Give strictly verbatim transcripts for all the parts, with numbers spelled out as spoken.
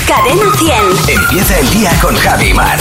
Cadena cien. Empieza el día con Javi Mar.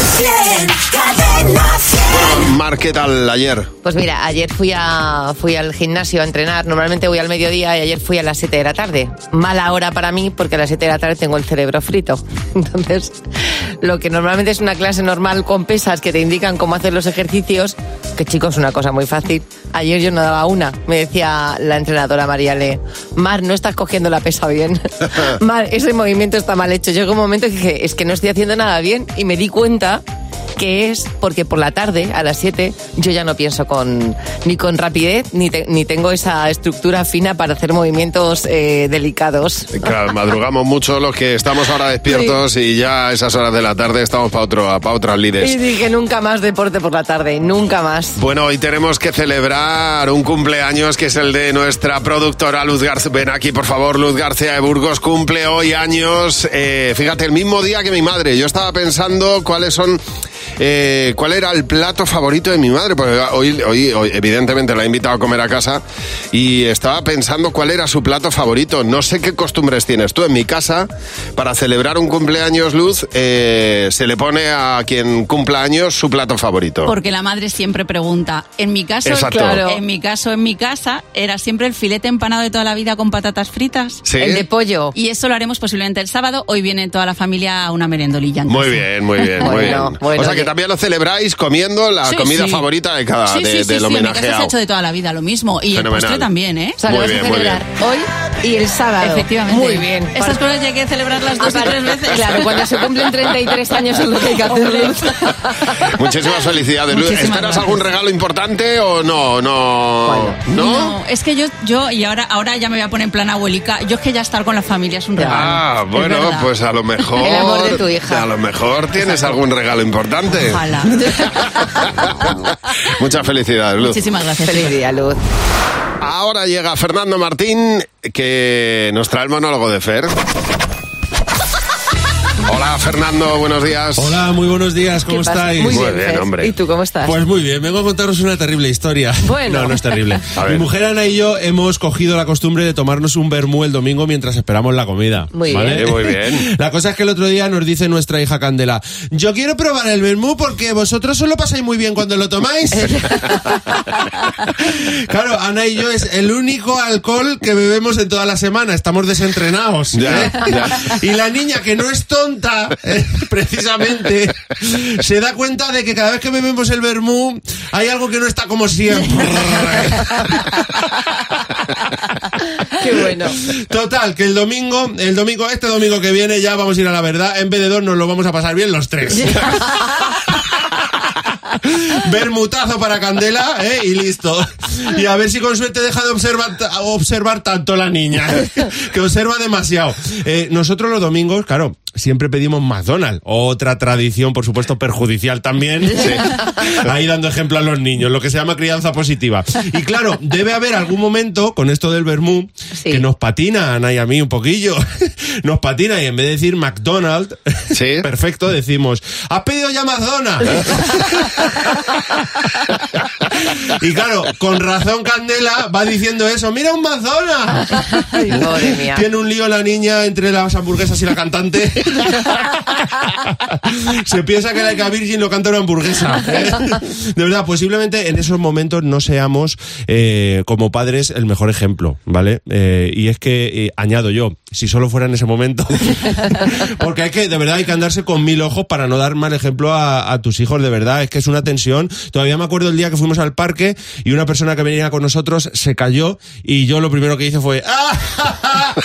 Cadena cien. Bueno, Mar, ¿qué tal ayer? Pues mira, ayer fui a fui al gimnasio a entrenar. Normalmente voy al mediodía y ayer fui a las siete de la tarde. Mala hora para mí porque a las siete de la tarde tengo el cerebro frito. Entonces, lo que normalmente es una clase normal con pesas que te indican cómo hacer los ejercicios, que chicos, es una cosa muy fácil. Ayer yo no daba una. Me decía la entrenadora Mariale, Mar, no estás cogiendo la pesa bien. Mar, ese movimiento está mal hecho. Llegó un momento que dije, es que no estoy haciendo nada bien, y me di cuenta que es porque por la tarde, a las siete, yo ya no pienso con ni con rapidez, ni, te, ni tengo esa estructura fina para hacer movimientos eh, delicados. Claro, madrugamos mucho los que estamos ahora despiertos, sí. Y ya a esas horas de la tarde estamos para otro, para otras lides. Y dije, nunca más deporte por la tarde, nunca más. Bueno, hoy tenemos que celebrar un cumpleaños que es el de nuestra productora Luz García. Ven aquí, por favor, Luz García de Burgos cumple hoy años. Eh, fíjate, el mismo día que mi madre. Yo estaba pensando cuáles son... Eh, ¿Cuál era el plato favorito de mi madre? Porque hoy, hoy, hoy evidentemente la he invitado a comer a casa y estaba pensando cuál era su plato favorito. No sé qué costumbres tienes tú. En mi casa, para celebrar un cumpleaños, Luz, eh, se le pone a quien cumpla años su plato favorito. Porque la madre siempre pregunta. En mi caso, Exacto. claro, en mi caso, en mi casa, era siempre el filete empanado de toda la vida con patatas fritas. ¿Sí? El de pollo. Y eso lo haremos posiblemente el sábado. Hoy viene toda la familia a una merendolilla. Muy bien, muy bien, muy Bueno, bien. bueno, o sea que oye. también lo celebráis comiendo la Sí, comida sí. favorita de cada Sí, de, sí, sí, del sí, en mi casa homenajeado. se ha hecho de toda la vida lo mismo. Y Fenomenal. el postre también, ¿eh? O sea, lo Muy vas bien, a muy celebrar hoy y el sábado. Efectivamente. Muy bien. Esas cosas ya hay que celebrarlas dos o tres veces. Claro, cuando se cumplen treinta y tres años es lo que hay que hacer. Muchísimas felicidades, Luz. Muchísimas ¿Esperas gracias. algún regalo importante o no? No. Bueno. ¿No? No, es que yo, yo y ahora, ahora ya me voy a poner en plan abuelica. Yo es que ya estar con la familia es un regalo. Ah, Es bueno, verdad. pues a lo mejor... El amor de tu hija. A lo mejor tienes algún regalo importante. Ojalá. Muchas felicidades, Luz. Muchísimas gracias. Feliz día, Luz. Ahora llega Fernando Martín, que nos trae el monólogo de Fer. Hola, Fernando, buenos días. Hola, muy buenos días, ¿cómo ¿Qué pasa? estáis? Muy Muy bien, bien, Fer. hombre. ¿Y tú cómo estás? Pues muy bien, vengo a contaros una terrible historia. Bueno. No, no es terrible. A ver. Mi mujer Ana y yo hemos cogido la costumbre de tomarnos un vermú el domingo mientras esperamos la comida. Muy ¿vale? bien. Muy bien. La cosa es que el otro día nos dice nuestra hija Candela, yo quiero probar el vermú porque vosotros solo pasáis muy bien cuando lo tomáis. Claro, Ana y yo es el único alcohol que bebemos en toda la semana. Estamos desentrenados. Ya, ¿eh? ya. Y la niña, que no es tonta, eh, precisamente, se da cuenta de que cada vez que bebemos el vermú hay algo que no está como siempre. Qué bueno. Total, que el domingo, el domingo, este domingo que viene ya vamos a ir a la verdad. En vez de dos nos lo vamos a pasar bien los tres. Vermutazo para Candela, ¿eh? Y listo. Y a ver si con suerte deja de observar, observar tanto la niña, que observa demasiado. Eh, nosotros los domingos, claro, siempre pedimos McDonald's. Otra tradición, por supuesto, perjudicial también. Sí. Ahí dando ejemplo a los niños, lo que se llama crianza positiva. Y claro, debe haber algún momento con esto del vermú Sí. que nos patina a Ana y a mí un poquillo. Nos patina y en vez de decir McDonald's, Sí. perfecto, decimos, ¿has pedido ya McDonald's? Y claro, con razón Candela va diciendo eso, mira un McDonald's. Ay, madre mía. Tiene un lío la niña entre las hamburguesas y la cantante. Se piensa que la Ica Virgin lo canta una hamburguesa, ¿eh? De verdad, posiblemente en esos momentos no seamos eh, como padres el mejor ejemplo, ¿vale? Eh, y es que, eh, añado yo, si solo fuera en ese momento, porque hay que, de verdad, hay que andarse con mil ojos para no dar mal ejemplo a, a tus hijos, de verdad, es que es una tensión. Todavía me acuerdo el día que fuimos al parque y una persona que venía con nosotros se cayó y yo lo primero que hice fue ¡ah!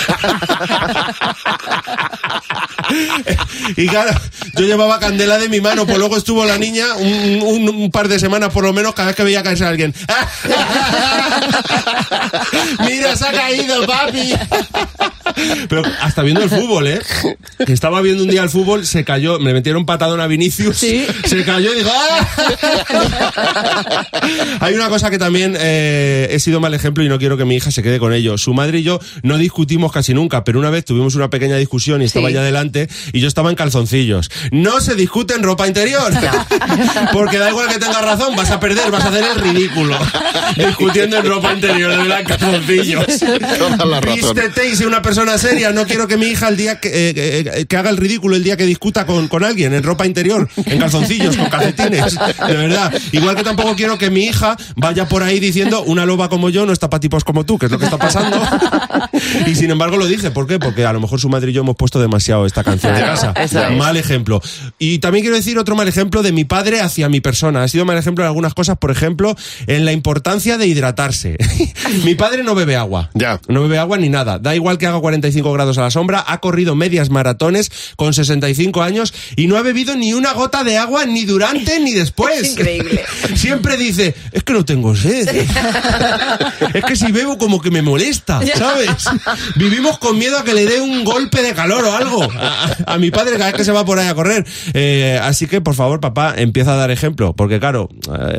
Y claro, yo llevaba Candela de mi mano, pues luego estuvo la niña un, un, un par de semanas por lo menos cada vez que veía caerse a alguien. Mira, se ha caído, papi. Pero hasta viendo el fútbol, ¿eh? Que estaba viendo un día el fútbol, se cayó, me metieron patadón a Vinicius, ¿Sí? se cayó y dijo ¡ah! Hay una cosa que también eh, he sido mal ejemplo y no quiero que mi hija se quede con ello. Su madre y yo no discutimos casi nunca, pero una vez tuvimos una pequeña discusión y estaba Sí. allá adelante y yo estaba calzoncillos. No se discute en ropa interior. Porque da igual que tengas razón, vas a perder, vas a hacer el ridículo. Discutiendo en ropa interior, de verdad, calzoncillos. Vístete y sé una persona seria. No quiero que mi hija el día que, eh, eh, que haga el ridículo el día que discuta con, con alguien en ropa interior, en calzoncillos, con calcetines. De verdad. Igual que tampoco quiero que mi hija vaya por ahí diciendo una loba como yo no está para tipos como tú, que es lo que está pasando. Y sin embargo lo dice. ¿Por qué? Porque a lo mejor su madre y yo hemos puesto demasiado esta canción de casa. Mal ejemplo. Y también quiero decir otro mal ejemplo de mi padre hacia mi persona. Ha sido mal ejemplo en algunas cosas, por ejemplo, en la importancia de hidratarse. Mi padre no bebe agua. Ya. No bebe agua ni nada. Da igual que haga cuarenta y cinco grados a la sombra, ha corrido medias maratones con sesenta y cinco años y no ha bebido ni una gota de agua ni durante ni después. Es increíble. Siempre dice, es que no tengo sed. Es que si bebo como que me molesta, ¿sabes? Vivimos con miedo a que le dé un golpe de calor o algo a, a mi padre cada vez que se va por ahí a correr. Eh, así que, por favor, papá, empieza a dar ejemplo. Porque, claro,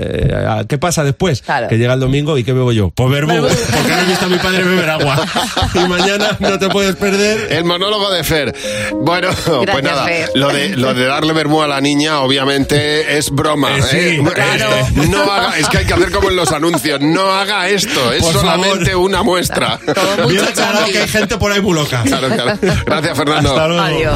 eh, ¿qué pasa después? Claro. Que llega el domingo y ¿qué bebo yo? Pues verbo, porque no he visto a mi padre beber agua. Y mañana no te puedes perder el monólogo de Fer. Bueno, Gracias, pues nada, Fer. lo de, lo de darle vermú a la niña, obviamente, es broma. Eh, sí, ¿eh? claro. Eh, no haga, es que hay que hacer como en los anuncios, no haga esto, es Por solamente favor. una muestra. Todo Bien mucho aclarado cambio. que hay gente por ahí muy loca. Claro, claro. Gracias, Fernando. Hasta luego. Adiós.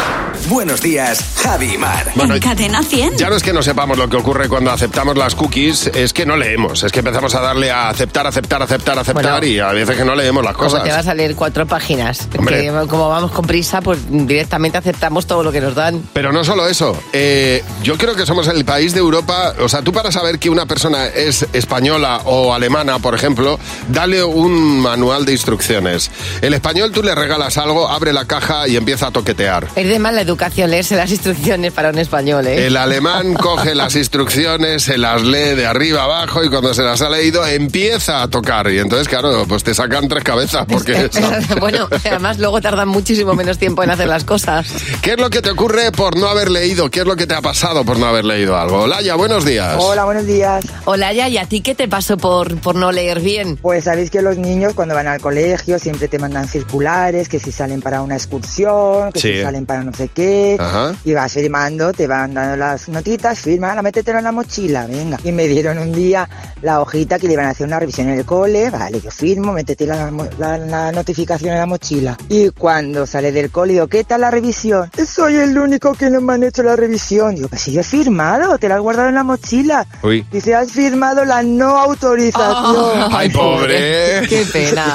Buenos días, Javi y Mar. Bueno, En Cadena cien. ya no es que no sepamos lo que ocurre cuando aceptamos las cookies, es que no leemos, es que empezamos a darle a aceptar, aceptar, aceptar, aceptar Bueno, y a veces que no leemos las Como cosas. te vas a leer cuatro páginas. Hombre. Que como vamos con prisa, pues directamente aceptamos todo lo que nos dan. Pero no solo eso, eh, yo creo que somos el país de Europa, o sea, tú para saber que una persona es española o alemana, por ejemplo, dale un manual de instrucciones. El español tú le regalas algo, abre la caja y empieza a toquetear. Es de mala educación leerse las instrucciones para un español, ¿eh? El alemán coge las instrucciones, se las lee de arriba abajo y cuando se las ha leído empieza a tocar. Y entonces, claro, pues te sacan tres cabezas porque... Bueno, además luego tardan muchísimo menos tiempo en hacer las cosas. ¿Qué es lo que te ocurre por no haber leído? ¿Qué es lo que te ha pasado por no haber leído algo? Laia, buenos días. Hola, buenos días. Hola, ya, ¿y a ti qué te pasó por, por no leer bien? Pues sabéis que los niños cuando van al colegio siempre te mandan circulares, que si salen para una excursión, que Sí. si salen para no sé qué, Ajá. y vas firmando, te van dando las notitas, firma, la métetelo en la mochila, venga. Y me dieron un día la hojita que le iban a hacer una revisión en el cole, vale, yo firmo, métete la, la, la notificación en la mochila. Y cuando sale del cole, digo, ¿qué tal la revisión? Soy el único que no me han hecho la revisión. Digo, pues si yo he firmado, te la has guardado en la mochila. Uy. Dice, has firmado la no autorización. Ay, pobre. Qué pena.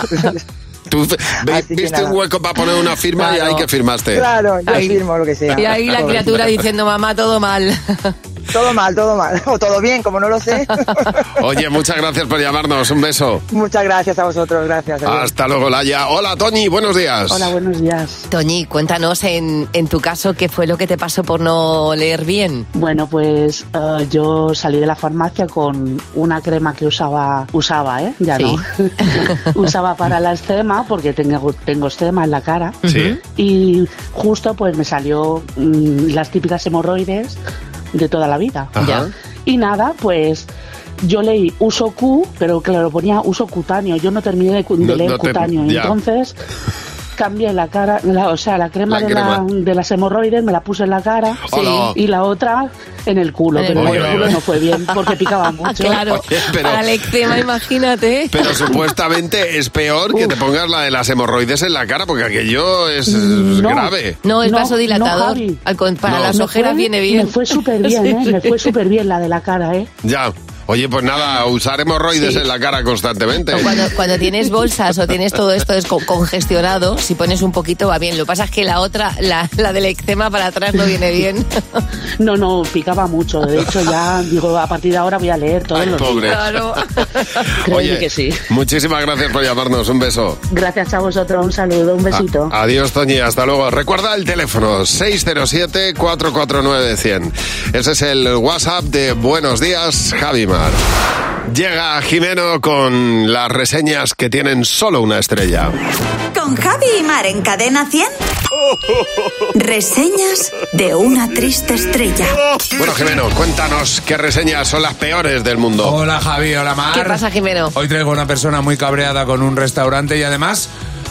Tú ve- Así que viste nada. un hueco para poner una firma y Claro. ahí que firmaste. Claro, yo Ahí- firmo lo que sea. Y ahí la Todo. criatura diciendo, mamá, todo mal. Todo mal, todo mal. O todo bien, como no lo sé. Oye, muchas gracias por llamarnos. Un beso. Muchas gracias a vosotros, gracias. adiós. Hasta luego, Laia. Hola, Toñi. Buenos días. Hola, buenos días. Toñi, cuéntanos en, en tu caso qué fue lo que te pasó por no leer bien. Bueno, pues eh, yo salí de la farmacia con una crema que usaba, usaba, ¿eh? Ya Sí. no. Usaba para la eczema, porque tengo, tengo eczema en la cara. Sí. Y justo pues me salió mm, las típicas hemorroides de toda la vida. Ajá. Ya. Y nada, pues yo leí uso Q, pero claro, ponía uso cutáneo. Yo no terminé de, cu- de No- leer no te- cutáneo. ya. Entonces cambié la cara, la- o sea, la crema, La de, crema. La, de las hemorroides me la puse en la cara. Hola. Y la otra en el culo, En el pero la culo. del culo no fue bien porque picaba mucho. Claro, Oye, pero- para el eczema, imagínate. Pero supuestamente es peor que te pongas la de las hemorroides en la cara, porque aquello es, es No. grave. No, es No, vasodilatador. no, Javi. Al con- para No. las Me ojeras fue- viene bien. Me fue súper bien, ¿eh? Me fue súper bien la de la cara, ¿eh? Ya. Oye, pues nada, usar hemorroides Sí. en la cara constantemente. O Cuando, cuando tienes bolsas o tienes todo esto es con- congestionado, si pones un poquito va bien. Lo que pasa es que la otra, la, la del eczema para atrás no viene bien. No, no, picaba mucho. De hecho, ya digo, a partir de ahora voy a leer todos Ay, los días. pobre. Claro. Créeme Oye, que sí. muchísimas gracias por llamarnos. Un beso. Gracias a vosotros, un saludo, un besito. A- adiós, Toñi. Hasta luego. Recuerda el teléfono seis cero siete, cuatro cuatro nueve, cien. Ese es el WhatsApp de Buenos Días, Javi Mar. Llega Jimeno con las reseñas que tienen solo una estrella. Con Javi y Mar en Cadena cien. Reseñas de una triste estrella. Bueno, Jimeno, cuéntanos qué reseñas son las peores del mundo. Hola Javi, hola Mar. ¿Qué pasa, Jimeno? Hoy traigo una persona muy cabreada con un restaurante y además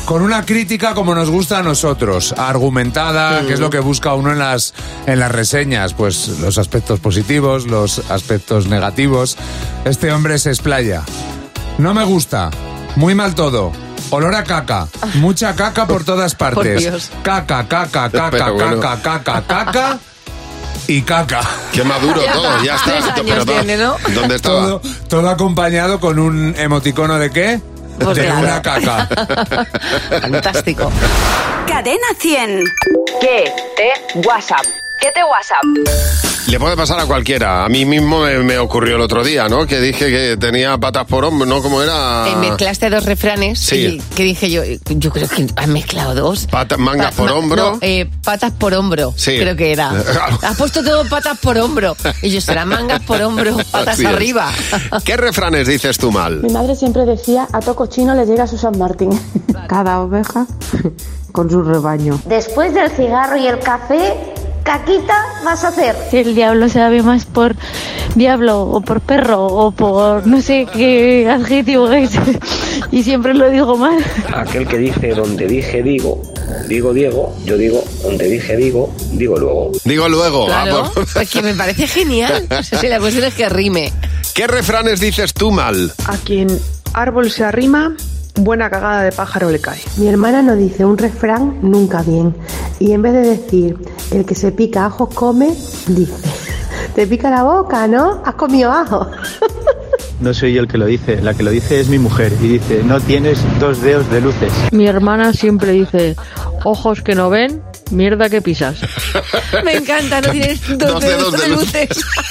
con una crítica como nos gusta a nosotros, argumentada, mm. que es lo que busca uno en las, en las reseñas, pues los aspectos positivos, los aspectos negativos. Este hombre se explaya. No me gusta, muy mal todo. Olor a caca, mucha caca por todas partes. Por Dios. Caca, caca, caca, bueno. caca, caca, caca y caca. Qué maduro todo, ya está. Tres años Pero todo, tiene, ¿no? ¿Dónde estaba? Todo, todo acompañado con un emoticono de ¿qué? Pues de claro. una caca. Fantástico. Cadena cien. ¿Qué te WhatsApp? ¿Qué te WhatsApp? Le puede pasar a cualquiera. A mí mismo me, me ocurrió el otro día, ¿no? Que dije que tenía patas por hombro, ¿no? ¿Cómo era? Eh, mezclaste dos refranes. Sí. Y que dije yo, yo creo que has mezclado dos. Patas, mangas Pa- por ma- hombro. No, eh, patas por hombro. Sí. Creo que era. Has puesto todo patas por hombro. Y yo, será mangas por hombro, patas Así es. arriba. ¿Qué refranes dices tú mal? Mi madre siempre decía, a todo cochino le llega su San Martín. Cada oveja con su rebaño. Después del cigarro y el café, caquita vas a hacer. El diablo sabe más por diablo o por perro o por no sé qué adjetivo es. Y siempre lo digo mal. Aquel que dice donde dije digo, digo Diego, yo digo donde dije digo, digo luego. Digo luego. Claro, Ah, por- pues que me parece genial. O sea, si la cuestión es que rime. ¿Qué refranes dices tú mal? A quien árbol se arrima, buena cagada de pájaro le cae. Mi hermana no dice un refrán nunca bien. Y en vez de decir, el que se pica ajos come, dice, te pica la boca, ¿no? Has comido ajo. No soy yo el que lo dice, la que lo dice es mi mujer. Y dice, no tienes dos dedos de luces. Mi hermana siempre dice, ojos que no ven, mierda que pisas. Me encanta, no tienes dos, Dos dedos dedos de de luz. luces.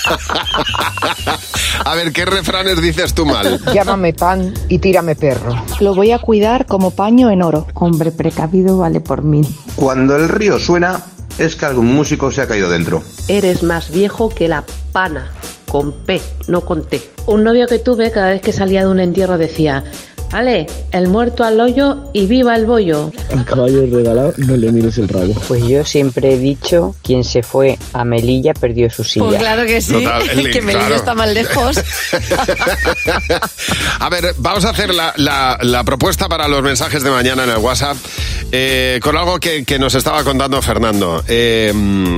A ver, ¿qué refranes dices tú mal? Llámame pan y tírame perro. Lo voy a cuidar como paño en oro. Hombre precavido vale por mí. Cuando el río suena, es que algún músico se ha caído dentro. Eres más viejo que la pana, con P, no con T. Un novio que tuve, cada vez que salía de un entierro decía, vale, el muerto al hoyo y viva el bollo. Al caballo regalado no le mires el rabo. Pues yo siempre he dicho, quien se fue a Melilla perdió su silla. Pues claro que sí, Total, el- que Melilla claro. está más lejos. A ver, vamos a hacer la, la- la propuesta para los mensajes de mañana en el WhatsApp eh, con algo que, que nos estaba contando Fernando. Eh,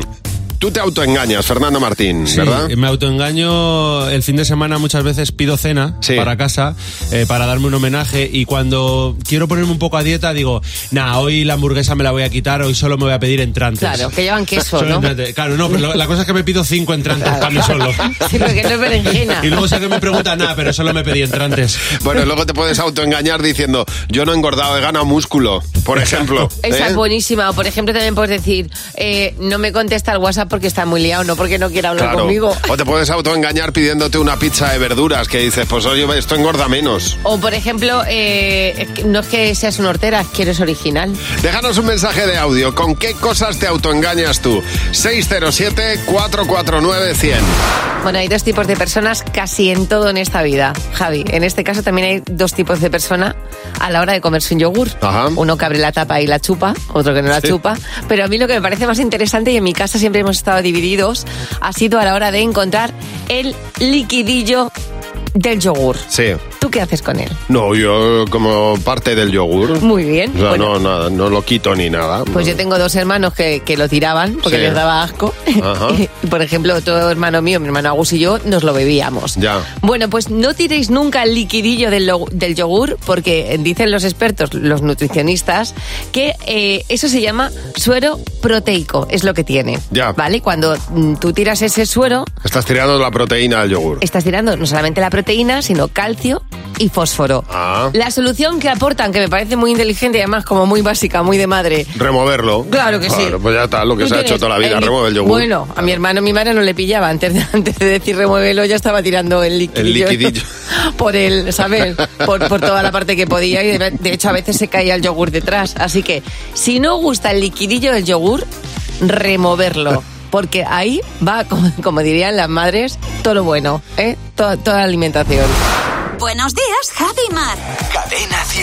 tú te autoengañas, Fernando Martín, Sí, ¿verdad? me autoengaño. El fin de semana muchas veces pido cena Sí. para casa eh, para darme un homenaje y cuando quiero ponerme un poco a dieta digo, nah, hoy la hamburguesa me la voy a quitar, hoy solo me voy a pedir entrantes. Claro, que llevan queso, Solo ¿no? entrantes. Claro, no, pero lo- la cosa es que me pido cinco entrantes para mí solo. Sí, porque no es berenjena. Y luego sé que me preguntan, nada, pero solo me pedí entrantes. Bueno, luego te puedes autoengañar diciendo, yo no he engordado, he ganado músculo, por ejemplo. Esa ¿eh? es buenísima. O por ejemplo, también puedes decir, eh, no me contesta el WhatsApp porque está muy liado, no porque no quiera hablar Claro. conmigo. O te puedes autoengañar pidiéndote una pizza de verduras que dices, pues oye, esto engorda menos. O por ejemplo, eh, es que no es que seas una hortera, es que eres original. Déjanos un mensaje de audio. ¿Con qué cosas te autoengañas tú? seis cero siete, cuatro cuatro nueve, cien. Bueno, hay dos tipos de personas casi en todo en esta vida, Javi. En este caso también hay dos tipos de persona a la hora de comerse un yogur. Ajá. Uno que abre la tapa y la chupa, otro que no la Sí. chupa. Pero a mí lo que me parece más interesante, y en mi casa siempre hemos estado divididos, ha sido a la hora de encontrar el liquidillo del yogur. Sí. ¿Tú qué haces con él? No, yo como parte del yogur. Muy bien. O sea, Bueno, no, nada, no lo quito ni nada. pues yo tengo dos hermanos que, que lo tiraban porque Sí. les daba asco. Ajá. Y, por ejemplo, otro hermano mío, mi hermano Agus y yo, nos lo bebíamos. Ya. Bueno, pues no tiréis nunca el liquidillo del, lo- del yogur porque dicen los expertos, los nutricionistas, que eh, eso se llama suero proteico, es lo que tiene. Ya. ¿Vale? Cuando mm, tú tiras ese suero, Estás tirando la proteína del yogur. estás tirando no solamente la proteína, sino calcio y fósforo. Ah. La solución que aportan, que me parece muy inteligente y además como muy básica, muy de madre. Removerlo. Claro que sí. Claro, pues ya está, lo que Tú se ha tienes hecho toda la vida, el li- remueve el yogur. Bueno, a mi hermano, mi madre no le pillaba. Antes de, antes de decir remuévelo, ya estaba tirando el liquidillo. El liquidillo. Por el, ¿sabes? Por, por toda la parte que podía y de, de hecho a veces se caía el yogur detrás. Así que, si no gusta el liquidillo del yogur, removerlo. Porque ahí va, como, como dirían las madres, todo lo bueno, ¿eh? Toda, toda la alimentación. Buenos días, Javi y Mar. Cadena cien.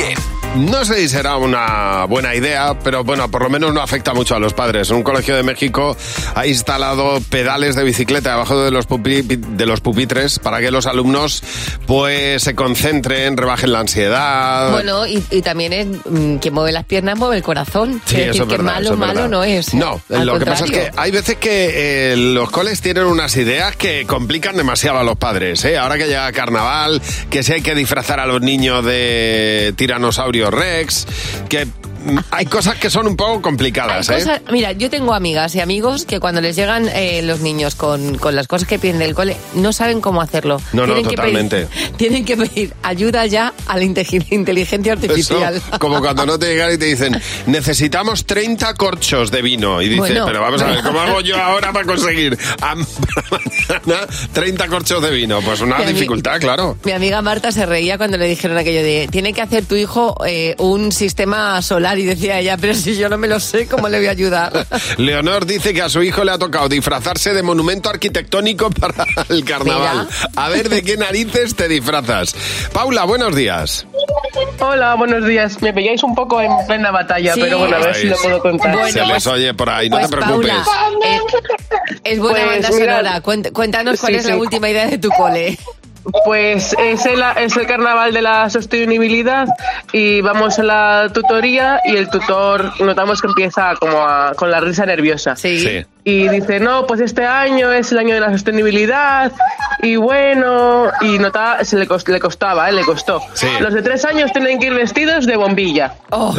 No sé si será una buena idea, pero bueno, por lo menos no afecta mucho a los padres. Un colegio de México ha instalado pedales de bicicleta debajo de los, pupi, de los pupitres para que los alumnos pues se concentren, rebajen la ansiedad. Bueno, y, y también es mm, que mueve las piernas, mueve el corazón. Sí, es eso decir, es que verdad, malo, eso es malo verdad. no es. No, Al lo que pasa es contrario. que hay veces que eh, los coles tienen unas ideas que complican demasiado a los padres, ¿eh? Ahora que llega Carnaval, que si hay que disfrazar a los niños de tiranosaurio Rex, que mm, hay cosas que son un poco complicadas, Hay ¿eh? cosas- mira, yo tengo amigas y amigos que cuando les llegan eh, los niños con, con las cosas que piden del cole, no saben cómo hacerlo. No, no, Tienen que totalmente. pedir- tienen que pedir ayuda ya a la inte- inteligencia artificial. Eso, como cuando no te llegan y te dicen, necesitamos treinta corchos de vino. Y dices, Bueno. pero vamos a ver, ¿cómo hago yo ahora para conseguir a, para mañana treinta corchos de vino? Pues una Mi ami- dificultad, claro. Mi amiga Marta se reía cuando le dijeron aquello de tiene que hacer tu hijo eh, un sistema solar y decía ella, pero si yo no me lo sé, ¿cómo le voy a ayudar? Leonor dice que a su hijo le ha tocado disfrazarse de monumento arquitectónico para el carnaval. Mira. A ver de qué narices te disfrazas. Paula, buenos días. Hola, buenos días. Me pilláis un poco en plena batalla, Sí. pero bueno, a ver si lo puedo contar. Bueno, Se les pues- oye por ahí, no Pues te preocupes. Paula, eh, es buena Pues, banda mira, sonora. Cuént- Cuéntanos cuál sí, es la sí. última idea de tu cole. Pues es el, es el carnaval de la sostenibilidad y vamos a la tutoría y el tutor notamos que empieza como a- con la risa nerviosa. Sí. Y dice, no, pues este año es el año de la sostenibilidad y bueno, y nota, se le, cost- le costaba, ¿eh? Le costó. Sí. Los de tres años tienen que ir vestidos de bombilla. Oh,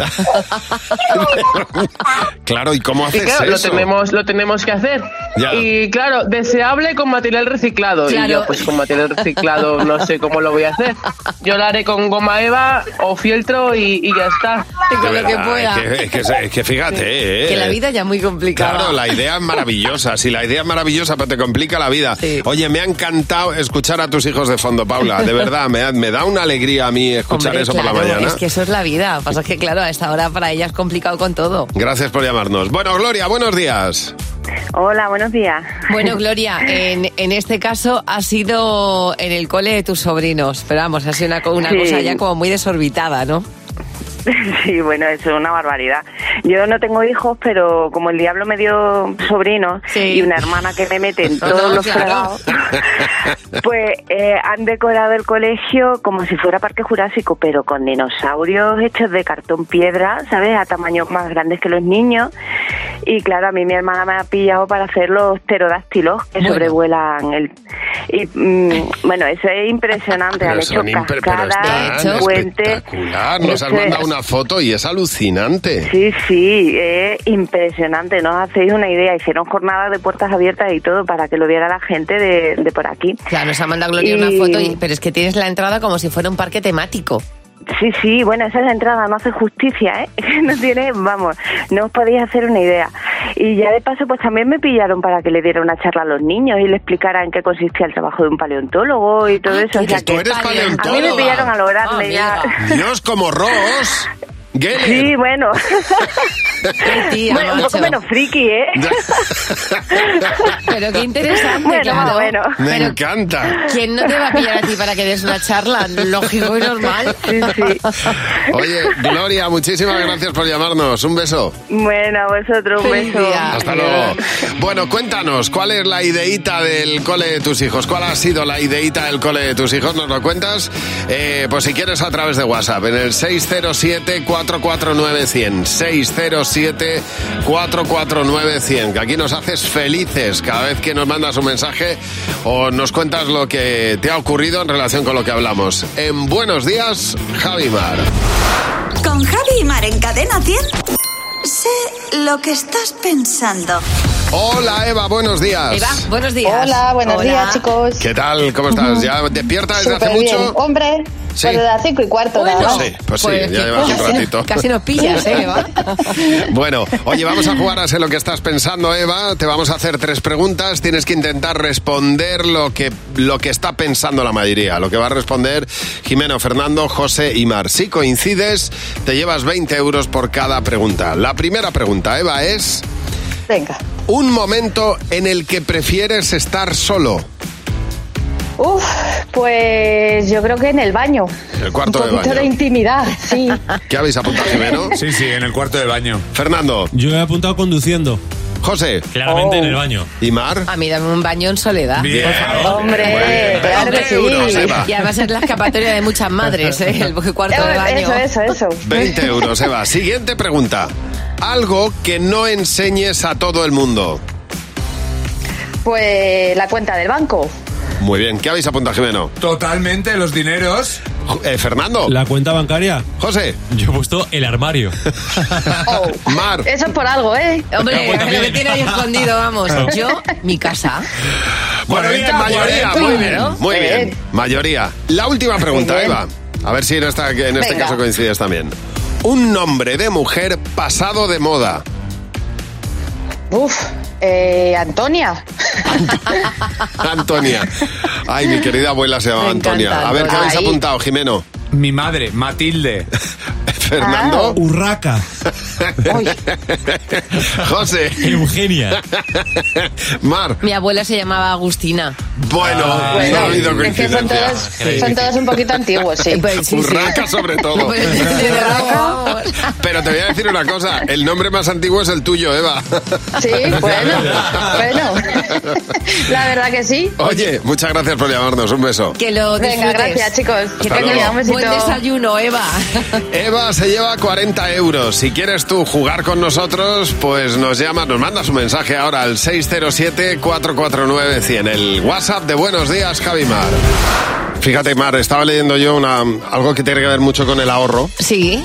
Claro, ¿y cómo Y haces claro, lo eso? tenemos, lo tenemos que hacer. Ya. Y claro, deseable con material reciclado. Y Claro. yo, pues con material reciclado no sé cómo lo voy a hacer. Yo lo haré con goma eva o fieltro y, y ya está. y con De lo que verdad, pueda. Es que, es que- es que fíjate, ¿eh? Que la vida ya es muy complicada. Claro, la idea es maravillosa. Si la idea es maravillosa, pero te complica la vida. Sí. Oye, me ha encantado escuchar a tus hijos de fondo, Paula. De verdad, me, da- me da una alegría a mí escuchar Hombre, eso claro, por la mañana. es que eso es la vida. Pasa que, claro, a esta hora para ella es complicado con todo. Gracias por llamarnos. Bueno, Gloria, buenos días. Hola, buenos días. Bueno, Gloria, en, en este caso ha sido en el cole de tus sobrinos, pero vamos, ha sido una, co- una Sí. cosa ya como muy desorbitada, ¿no? Sí, bueno, eso es una barbaridad. Yo no tengo hijos, pero como el diablo me dio sobrinos Sí. y una hermana que me mete en No, todos no, los claro. fregados, pues eh, han decorado el colegio como si fuera parque jurásico, pero con dinosaurios hechos de cartón piedra, ¿sabes? A tamaños más grandes que los niños. Y claro, a mí mi hermana me ha pillado para hacer los pterodáctilos que Bueno. sobrevuelan el... Y, mm, bueno, eso es impresionante. Pero Han hecho son impe- pero cascadas, están puentes... espectacular. Nos has Eso es- mandado una foto y es alucinante. Sí, sí, es impresionante. No os hacéis una idea. Hicieron jornadas de puertas abiertas y todo para que lo viera la gente de, de por aquí. Claro, nos ha mandado Gloria Y- una foto, y- pero es que tienes la entrada como si fuera un parque temático. Sí, sí, bueno, esa es la entrada, no hace justicia, ¿eh? No tiene, vamos, no os podéis hacer una idea. Y ya de paso, pues también me pillaron para que le diera una charla a los niños y le explicara en qué consistía el trabajo de un paleontólogo y todo Ah, eso. O que sea tú eres a mí me paleontóloga. pillaron a lo grande Ah, ya. Dios, como Ross. Geller. Sí, bueno. Qué tía, bueno, un poco macho. menos friki, ¿eh? Pero qué interesante, Bueno, claro. bueno. Me Pero encanta. ¿quién no te va a pillar a ti para que des una charla? Lógico y normal. Sí, sí. Oye, Gloria, muchísimas gracias por llamarnos. Un beso. Bueno, a vosotros un Feliz beso. día. Hasta luego. Bueno, cuéntanos, ¿cuál es la ideita del cole de tus hijos? ¿Cuál ha sido la ideita del cole de tus hijos? ¿Nos lo cuentas? Eh, pues si quieres a través de WhatsApp, en el seis cero siete, cuatro cuatro nueve, cien. seis cero siete, cuatro cuatro nueve, cien. Que aquí nos haces felices cada vez que nos mandas un mensaje o nos cuentas lo que te ha ocurrido en relación con lo que hablamos. En Buenos Días, Javi Mar. Con Javi y Mar en Cadena cien. Sé lo que estás pensando. Hola Eva, buenos días. Eva, buenos días. Hola, buenos Hola. días, chicos. ¿Qué tal? ¿Cómo estás? ¿Ya despierta desde hace Súper bien. mucho? Hombre, Sí. pues desde las cinco y cuarto. Bueno, nada más. Sí, pues sí, Pues ya que llevas un casi, ratito. casi nos pillas, ¿eh, Eva? Bueno, oye, vamos a jugar a Sé lo que estás pensando, Eva. Te vamos a hacer tres preguntas. Tienes que intentar responder lo que, lo que está pensando la mayoría. Lo que va a responder Jimeno, Fernando, José y Mar. Si coincides, te llevas veinte euros por cada pregunta. La primera pregunta, Eva, es... Venga. Un momento en el que prefieres estar solo. Uf, pues yo creo que en el baño. El cuarto Un de poquito baño. de intimidad, sí. ¿Qué habéis apuntado, Jimeno? Sí, sí, en el cuarto de baño. Fernando. Yo he apuntado conduciendo. José. Claramente en el baño. ¿Y Mar? A mí dame un baño en soledad. Bien. Por favor. Hombre, Bueno, claro que veinte sí. euros, Eva. Y además es la escapatoria de muchas madres, ¿eh? El cuarto de baño. Eso, eso, eso. veinte euros, Eva. Siguiente pregunta. Algo que no enseñes a todo el mundo. Pues la cuenta del banco. Muy bien. ¿Qué habéis apuntado, Jimeno? Totalmente, los dineros. Eh, Fernando. La cuenta bancaria. José. Yo he puesto el armario. Mar. Eso es por algo, ¿eh? Hombre, lo que tiene ahí escondido, vamos. Yo, mi casa. Bueno, bien, Cuarenta, mayoría. cuarenta, Muy bien. ¿no? Muy bien. Mayoría. La última pregunta, Muy bien. Eva. A ver si en, esta, en este Venga. caso coincides también. Un nombre de mujer pasado de moda. Uf, eh, Antonia. Antonia. Ay, mi querida abuela se llama Me encanta, Antonia. A ver, ¿qué habéis Ay. apuntado, Jimeno? Mi madre, Matilde. Fernando. Urraca. José. Eugenia. Mar. Mi abuela se llamaba Agustina. Bueno, Ah, no bueno. ha habido Es que son coincidencia. todos, son todos un poquito antiguos, sí. Pues sí, sí. Urraca sobre todo. Pues, de verdad, vamos. Pero te voy a decir una cosa. El nombre más antiguo es el tuyo, Eva. Sí, bueno, bueno. La verdad que sí. Oye, muchas gracias por llamarnos. Un beso. Que lo Venga, disfrutes. gracias, chicos. Que Hasta tengas luego. un besito. buen desayuno, Eva. Eva se lleva cuarenta euros. Si quieres tú jugar con nosotros, pues nos llamas, nos mandas un mensaje ahora al seis cero siete, cuatro cuatro nueve, cien. El WhatsApp de Buenos Días, Javi Mar. Fíjate, Mar, estaba leyendo yo una, algo que tiene que ver mucho con el ahorro. Sí.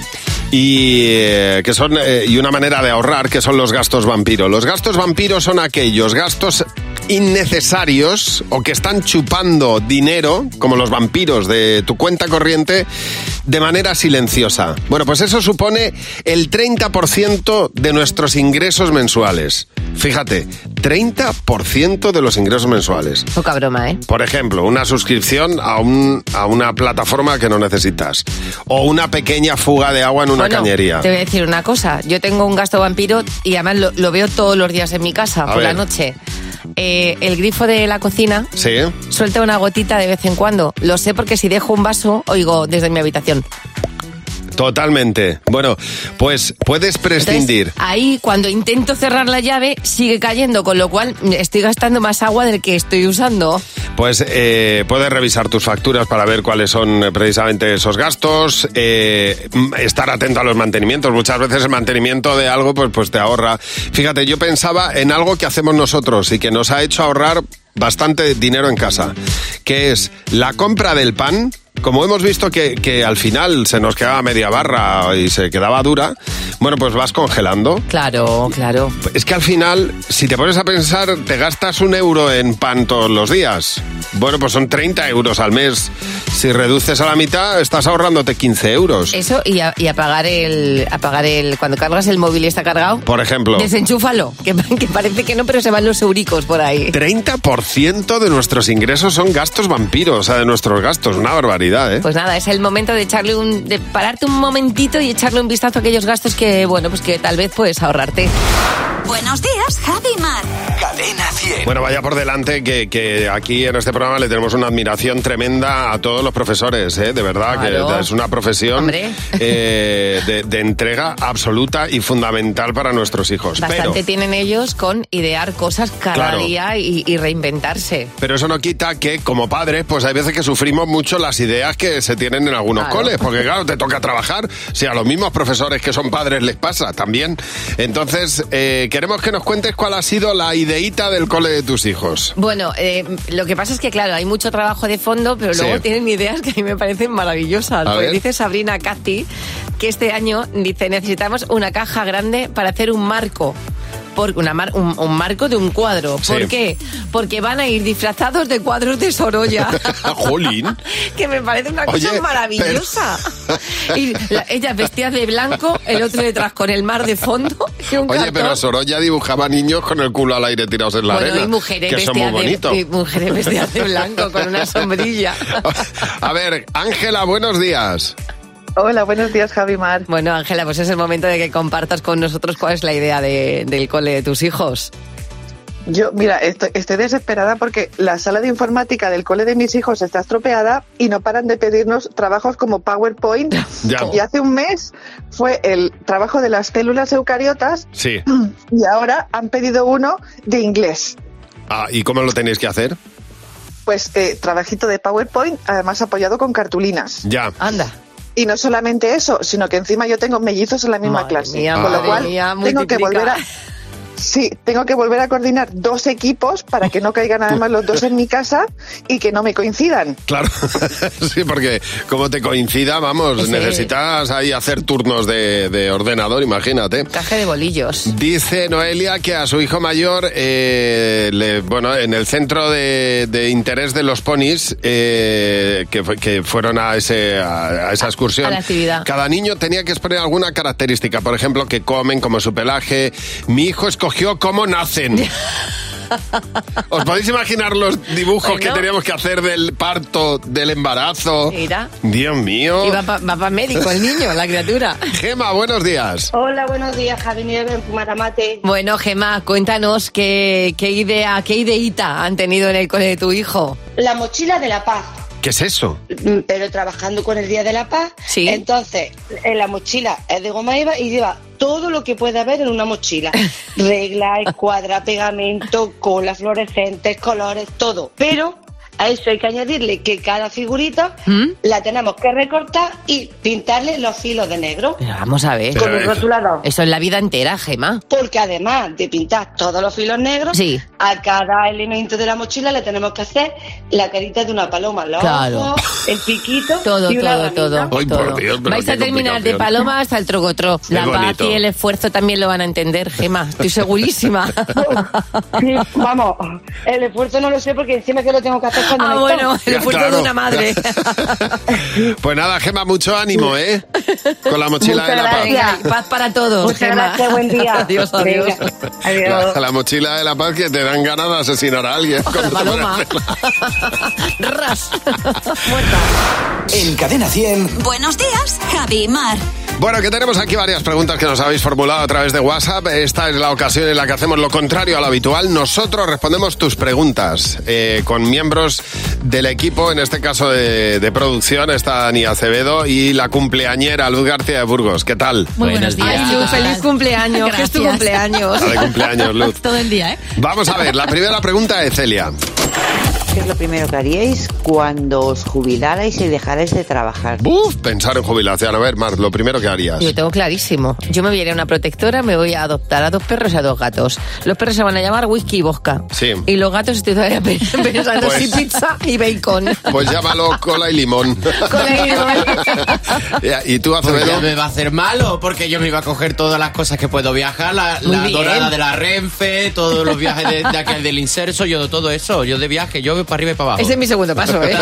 Y eh, que son eh, y una manera de ahorrar, que son los gastos vampiro. Los gastos vampiro son aquellos gastos innecesarios o que están chupando dinero, como los vampiros de tu cuenta corriente, de manera silenciosa. Bueno, pues eso supone el treinta por ciento de nuestros ingresos mensuales. Fíjate, treinta por ciento de los ingresos mensuales. Poca broma, ¿eh? Por ejemplo, una suscripción a, un, a una plataforma que no necesitas. O una pequeña fuga de agua en una Bueno, cañería. Te voy a decir una cosa. Yo tengo un gasto vampiro y además lo, lo veo todos los días en mi casa, A por ver. la noche. Eh, el grifo de la cocina Sí. suelta una gotita de vez en cuando. Lo sé porque si dejo un vaso, oigo desde mi habitación. Totalmente. Bueno, pues puedes prescindir. Entonces, ahí, cuando intento cerrar la llave, sigue cayendo, con lo cual estoy gastando más agua del que estoy usando. Pues eh, puedes revisar tus facturas para ver cuáles son eh, precisamente esos gastos, eh, m- estar atento a los mantenimientos. Muchas veces el mantenimiento de algo pues, pues te ahorra. Fíjate, yo pensaba en algo que hacemos nosotros y que nos ha hecho ahorrar bastante dinero en casa, que es la compra del pan. Como hemos visto que, que al final se nos quedaba media barra y se quedaba dura, bueno, pues vas congelando. Claro, claro. Es que al final, si te pones a pensar, te gastas un euro en pan todos los días. Bueno, pues son treinta euros al mes. Si reduces a la mitad, estás ahorrándote quince euros. Eso y, a- y apagar el apagar el cuando cargas el móvil y está cargado. Por ejemplo. Desenchúfalo, que, que parece que no, pero se van los euricos por ahí. treinta por ciento de nuestros ingresos son gastos vampiros, o sea, de nuestros gastos. Una barbaridad, ¿eh? Pues nada, es el momento de echarle un de pararte un momentito y echarle un vistazo a aquellos gastos que, bueno, pues que tal vez puedes ahorrarte. Buenos días, Javi y Mar. Cadena cien. Bueno, vaya por delante que, que aquí en este programa le tenemos una admiración tremenda a todos los profesores, ¿eh? De verdad, Claro. que es una profesión Hombre. eh, de, de entrega absoluta y fundamental para nuestros hijos. Bastante Pero, tienen ellos con idear cosas cada Claro. día y, y reinventarse. pero eso no quita que, como padres, pues hay veces que sufrimos mucho las ideas que se tienen en algunos Claro. coles, porque claro, te toca trabajar, si a los mismos profesores que son padres les pasa también. Entonces, eh, queremos que nos cuentes cuál ha sido la ideíta del cole de tus hijos. Bueno, eh, lo que pasa es que, claro, hay mucho trabajo de fondo, pero luego Sí. tienen ideas que a mí me parecen maravillosas. A Porque ver. dice Sabrina Cazzi que este año, dice, necesitamos una caja grande para hacer un marco. Por una mar- un, un marco de un cuadro. Sí. ¿Por qué? Porque van a ir disfrazados de cuadros de Sorolla. Jolín. Que me parece una cosa Oye, maravillosa. Y la- ella vestida de blanco, el otro detrás con el mar de fondo y un Oye, cartón. pero Sorolla dibujaba niños con el culo al aire tirados en la Bueno, arena. y mujeres que son muy vestidas, bonitos. de, y mujeres vestidas de blanco con una sombrilla. A ver, Ángela, buenos días. Hola, buenos días, Javi Mar. Bueno, Ángela, pues es el momento de que compartas con nosotros cuál es la idea de- del cole de tus hijos. Yo, mira, estoy, estoy desesperada porque la sala de informática del cole de mis hijos está estropeada y no paran de pedirnos trabajos como PowerPoint. Ya. Y hace un mes fue el trabajo de las células eucariotas Sí. y ahora han pedido uno de inglés. Ah, ¿y cómo lo tenéis que hacer? Pues eh, trabajito de PowerPoint, además apoyado con cartulinas. Ya. Anda. Y no solamente eso, sino que encima yo tengo mellizos en la misma Madre clase. mía, con madre lo cual mía, tengo que multiplica. volver a... Sí, tengo que volver a coordinar dos equipos para que no caigan además los dos en mi casa y que no me coincidan. Claro, sí, porque como te coincida, vamos, Ese- necesitas ahí hacer turnos de, de ordenador, imagínate. Caje de bolillos. Dice Noelia que a su hijo mayor, eh, le- bueno, en el centro de, de interés de los ponis, eh, que, fue- que fueron a, ese, a, a esa excursión, A la actividad. cada niño tenía que exponer alguna característica, por ejemplo, que comen, como su pelaje. Mi hijo escogió cómo nacen. ¿Os podéis imaginar los dibujos Bueno. que teníamos que hacer del parto, del embarazo? Mira. Dios mío. Y va para médico el niño, la criatura. Gema, buenos días. Hola, buenos días, Javi Nieves, en Pumaramate. Bueno, Gemma, cuéntanos qué, qué idea, qué ideita han tenido en el cole de tu hijo. La mochila de la paz, ¿Qué es eso? mm, pero trabajando con el Día de la Paz. Sí. Entonces, en la mochila es de goma eva y lleva todo lo que puede haber en una mochila. Regla, escuadra, pegamento, colas fluorescentes, colores, todo. Pero a eso hay que añadirle que cada figurita ¿Mm? la tenemos que recortar y pintarle los filos de negro. Pero vamos a ver. Con un rotulador. Eso es la vida entera, Gemma. Porque además de pintar todos los filos negros, Sí. a cada elemento de la mochila le tenemos que hacer la carita de una paloma, los Claro. ojos, el piquito Todo, y una todo, ramita. todo. Ay, todo. por Dios, pero Vais qué a terminar de complicación. paloma hasta el trocotro. Qué La paz bonito. y el esfuerzo también lo van a entender, Gemma. Estoy segurísima. Sí, vamos, el esfuerzo no lo sé porque encima que lo tengo que hacer cuando Ah, no bueno, está. el esfuerzo Claro. de una madre. Pues nada, Gema, mucho ánimo, ¿eh? Con la mochila Muchas de la paz. gracias. Venga, paz para todos, Muchas Gemma. gracias, buen día. Adiós, adiós. Venga, adiós. La, la mochila de la paz que te dan ganas de asesinar a alguien. La cuando te paloma. pones- Ras. En Cadena cien. Buenos días, Javi y Mar. Bueno, que tenemos aquí varias preguntas que nos habéis formulado a través de WhatsApp. Esta es la ocasión en la que hacemos lo contrario a lo habitual. Nosotros respondemos tus preguntas eh, con miembros del equipo, en este caso de, de producción. Está Dani Acevedo y la cumpleañera Luz García de Burgos. ¿Qué tal? Muy buenos días. Ay, Luz, feliz cumpleaños. Que es tu Gracias. cumpleaños. La de cumpleaños, Luz. Todo el día, ¿eh? Vamos a ver, la primera pregunta de Celia. ¿Qué es lo primero que haríais cuando os jubilarais y dejarais de trabajar? Uf, pensar en jubilación. A ver, Mar, lo primero que harías. Yo tengo clarísimo. Yo me voy a ir a una protectora, me voy a adoptar a dos perros y a dos gatos. Los perros se van a llamar Whisky y Vodka. Sí. Y los gatos estoy todavía pe- pensando Pues- si pizza y bacon. Pues llámalo cola y limón. Cola y limón. ¿Y tú, Pues Acevedo? ya me va a hacer malo, porque yo me iba a coger todas las cosas que puedo viajar, la, Muy la bien. dorada de la Renfe, todos los viajes de, de aquel del Inserso, yo todo eso, yo de viaje, yo voy para arriba y para abajo. Ese es mi segundo paso, ¿eh?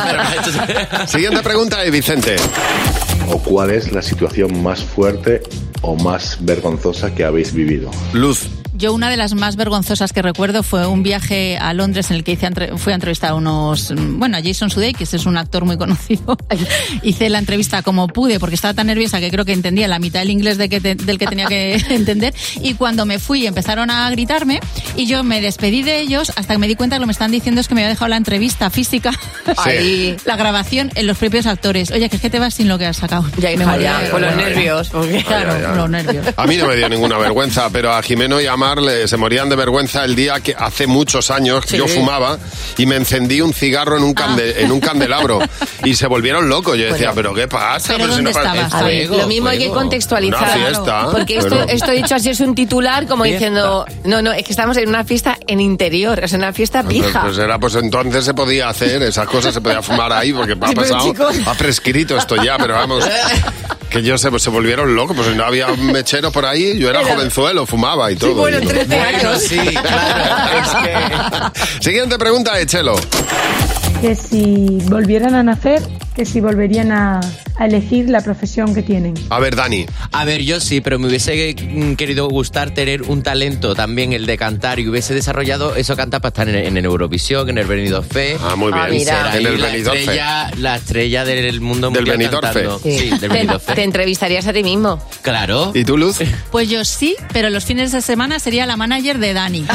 Siguiente pregunta de Vicente. ¿O cuál es la situación más fuerte o más vergonzosa que habéis vivido? Luz. Yo una de las más vergonzosas que recuerdo fue un viaje a Londres en el que hice entre- fui a entrevistar a unos, bueno, a Jason Sudeikis, es un actor muy conocido. Hice la entrevista como pude porque estaba tan nerviosa que creo que entendía la mitad del inglés de que te- del que tenía que entender, y cuando me fui empezaron a gritarme y yo me despedí de ellos hasta que me di cuenta que lo que me están diciendo es que me había dejado la entrevista física, Ahí. la grabación en los propios actores. Oye, que es que te vas sin lo que has sacado. Ya, hija, Me ya, morí. con los nervios. porque- Claro, Ay, ay, ay. con los nervios. A mí no me dio ninguna vergüenza, pero a Jimeno y a Mar le- se morían de vergüenza el día que hace muchos años Sí. yo fumaba y me encendí un cigarro en un, cande- en un candelabro y se volvieron locos. Yo decía, Bueno. ¿pero qué pasa? ¿Pero si dónde no para- estabas? A ver, Fuego, lo mismo hay que fuego. contextualizar. Una fiesta, Porque esto, pero- esto dicho así es un titular como Fiesta. diciendo, no, no, es que estamos en una fiesta en interior, es una fiesta Pues, pija. pues era, pues entonces se podía hacer, esas cosas se podía fumar ahí, porque ha Sí, pero, pasado, chicos. ha prescrito esto ya, pero vamos, que yo sé, pues se volvieron locos, pues no había mechero por ahí, yo era Era- jovenzuelo, fumaba y todo. bueno, Y- trece Bueno, años. sí, claro, es que... Siguiente pregunta de Chelo. Que si volvieran a nacer, que si volverían a, a elegir la profesión que tienen. A ver, Dani. A ver, yo sí, pero me hubiese mm, querido gustar tener un talento también, el de cantar, y hubiese desarrollado eso cantar para estar en, en el Eurovisión, en el Benidorm Fest. Ah, muy bien. Y ser En ahí el la Benidorm estrella, la estrella del mundo Del mundial Benidorm cantando. Fest. Sí, del Te, Benidorm Fest. te entrevistarías a ti mismo. Claro. ¿Y tú, Luz? Pues yo sí, pero los fines de semana sería la manager de Dani.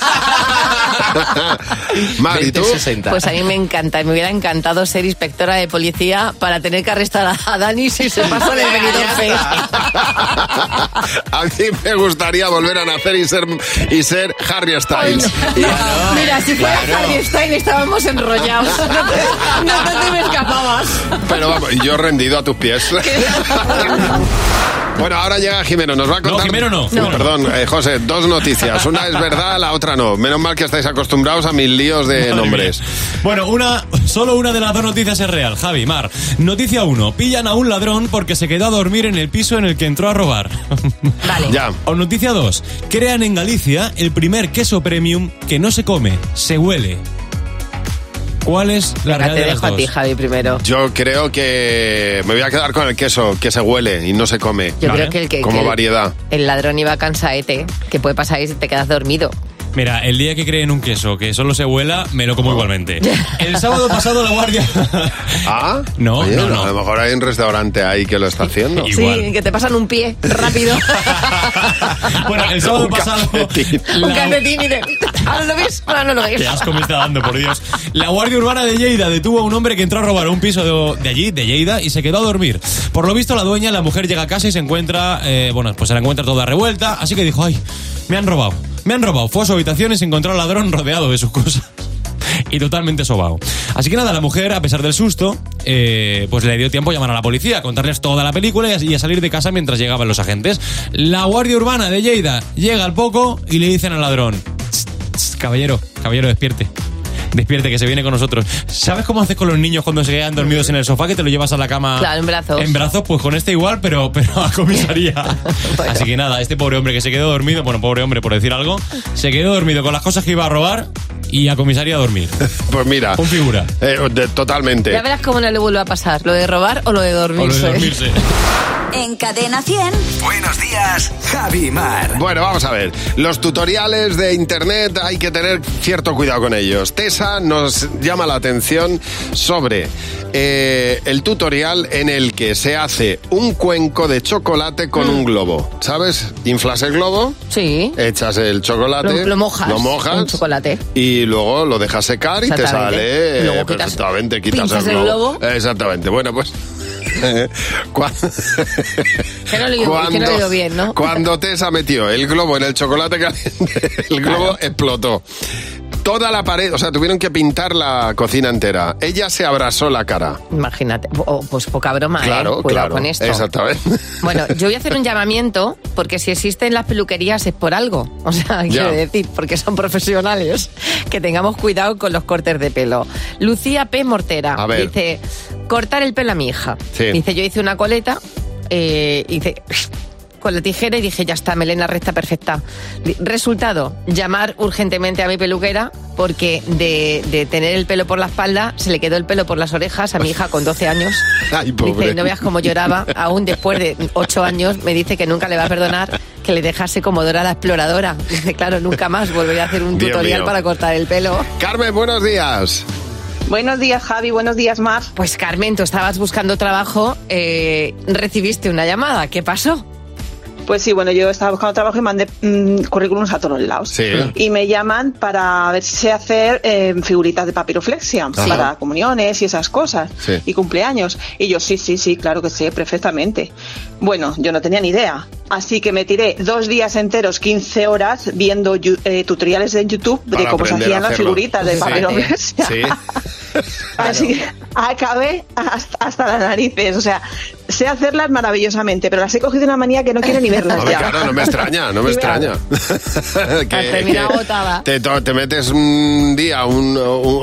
Mar, ¿y tú? Pues a mí me encanta, me hubiera encantado ser inspectora de policía para tener que arrestar a, a Dani si se pasó en el Benidorm Fest. A mí me gustaría volver a nacer y ser, y ser Harry Styles. Ay, no. No, mira, si fuera Claro. Harry Styles estábamos enrollados. No te, no, no te me escapabas. Pero vamos, yo rendido a tus pies. Bueno, ahora llega Jimeno, nos va a contar... No, Jimeno no. No, perdón, eh, José, dos noticias. Una es verdad, la otra no. Menos mal que estáis acostumbrados a mis líos de Madre nombres. mía. Bueno, una, solo una de las dos noticias es real, Javi, Mar. Noticia uno, pillan a un ladrón porque se quedó a dormir en el piso en el que entró a robar. Vale. Ya. O noticia dos, crean en Galicia el primer queso premium que no se come, se huele. ¿Cuál es la Venga, real te de las dejo a dos? ti, Javi, primero. Yo creo que me voy a quedar con el queso, que se huele y no se come. Yo creo que el que... Como que el- variedad. El ladrón iba cansaete, que puede pasar y te quedas dormido. Mira, el día que creen un queso que solo se huela, me lo como igualmente. El sábado pasado la guardia... ¿Ah? No, Oye, no, no. A lo mejor hay un restaurante ahí que lo está haciendo. Sí, que te pasan un pie rápido. Bueno, el sábado Un pasado... calcetín. Un la- calcetín y de... Ahora lo ves, ahora no lo ves. Qué asco me está dando, por Dios. La Guardia Urbana de Lleida detuvo a un hombre que entró a robar un piso de, de allí, de Lleida, y se quedó a dormir. Por lo visto, la dueña, la mujer, llega a casa y se encuentra, eh, bueno, pues se la encuentra toda revuelta, así que dijo, ay, me han robado, me han robado. Fue a su habitación y se encontró al ladrón rodeado de sus cosas. Y totalmente sobao. Así que nada, la mujer, a pesar del susto, eh, pues le dio tiempo a llamar a la policía, a contarles toda la película y a, y a salir de casa mientras llegaban los agentes. La Guardia Urbana de Lleida llega al poco y le dicen al ladrón, "Tss, tss, caballero, caballero, despierte. Despierte, que se viene con nosotros". ¿Sabes cómo haces con los niños cuando se quedan dormidos en el sofá, que te lo llevas a la cama? Claro, en brazos. En brazos, pues con este igual, pero, pero a comisaría. Bueno. Así que nada, este pobre hombre que se quedó dormido, bueno, pobre hombre por decir algo, se quedó dormido con las cosas que iba a robar y a comisaría a dormir. Pues mira. Un figura. eh, de- totalmente. Ya verás cómo no le vuelve a pasar, lo de robar o lo de O lo dormirse. de dormirse. En Cadena cien. Buenos días, Javi y Mar. Bueno, vamos a ver. Los tutoriales de internet hay que tener cierto cuidado con ellos. Tessa nos llama la atención sobre eh, el tutorial en el que se hace un cuenco de chocolate con un globo. ¿Sabes? Inflas el globo, Sí. echas el chocolate, Lo, lo mojas. lo mojas Un chocolate. y luego lo dejas secar y te Exactamente. sale Y luego eh, quitas- perfectamente. Quitas pinchas el el globo. globo. Exactamente. Bueno, pues... Cuando- Que no lo digo, que no lo digo bien, ¿no? Cuando Tessa metió el globo en el chocolate caliente, el globo explotó. Toda la pared, o sea, tuvieron que pintar la cocina entera. Ella se abrasó la cara. Imagínate. O, pues poca broma, Claro, ¿eh? Cuidado claro. con esto. Exactamente. Bueno, yo voy a hacer un llamamiento porque si existen las peluquerías es por algo. O sea, Ya. quiero decir, porque son profesionales, que tengamos cuidado con los cortes de pelo. Lucía P. Mortera A ver. dice, cortar el pelo a mi hija. Sí. Dice, yo hice una coleta, eh, hice con la tijera y dije, ya está, melena recta perfecta. Resultado, llamar urgentemente a mi peluquera porque de, de tener el pelo por la espalda se le quedó el pelo por las orejas a mi hija con doce años. Ay, pobre. Dice, no veas cómo lloraba, aún después de ocho años, me dice que nunca le va a perdonar que le dejase como Dora la exploradora. Dice, claro, nunca más volveré a hacer un Dios tutorial mío. para cortar el pelo. Carmen, buenos días. Buenos días, Javi. Buenos días, Mar. Pues Carmen, tú estabas buscando trabajo, eh, recibiste una llamada, ¿qué pasó? Pues sí, bueno, yo estaba buscando trabajo y mandé mmm, currículums a todos lados. Sí. Y me llaman para ver si sé hacer eh, figuritas de papiroflexia Ajá. para comuniones y esas cosas. Sí. Y cumpleaños. Y yo, sí, sí, sí, claro que sé, perfectamente. Bueno, yo no tenía ni idea. Así que me tiré dos días enteros, quince horas, viendo yu- eh, tutoriales en YouTube de Para cómo se aprender a hacían las hacerlo. figuritas de Sí. papiroflexia. Sí. Así que acabé hasta, hasta las narices. O sea, sé hacerlas maravillosamente, pero las he cogido una manía que no quiero ni verlas Hombre, ya. claro, no me extraña, no me Sí, extraña. Has terminado agotada. te, to- te metes un día un, un-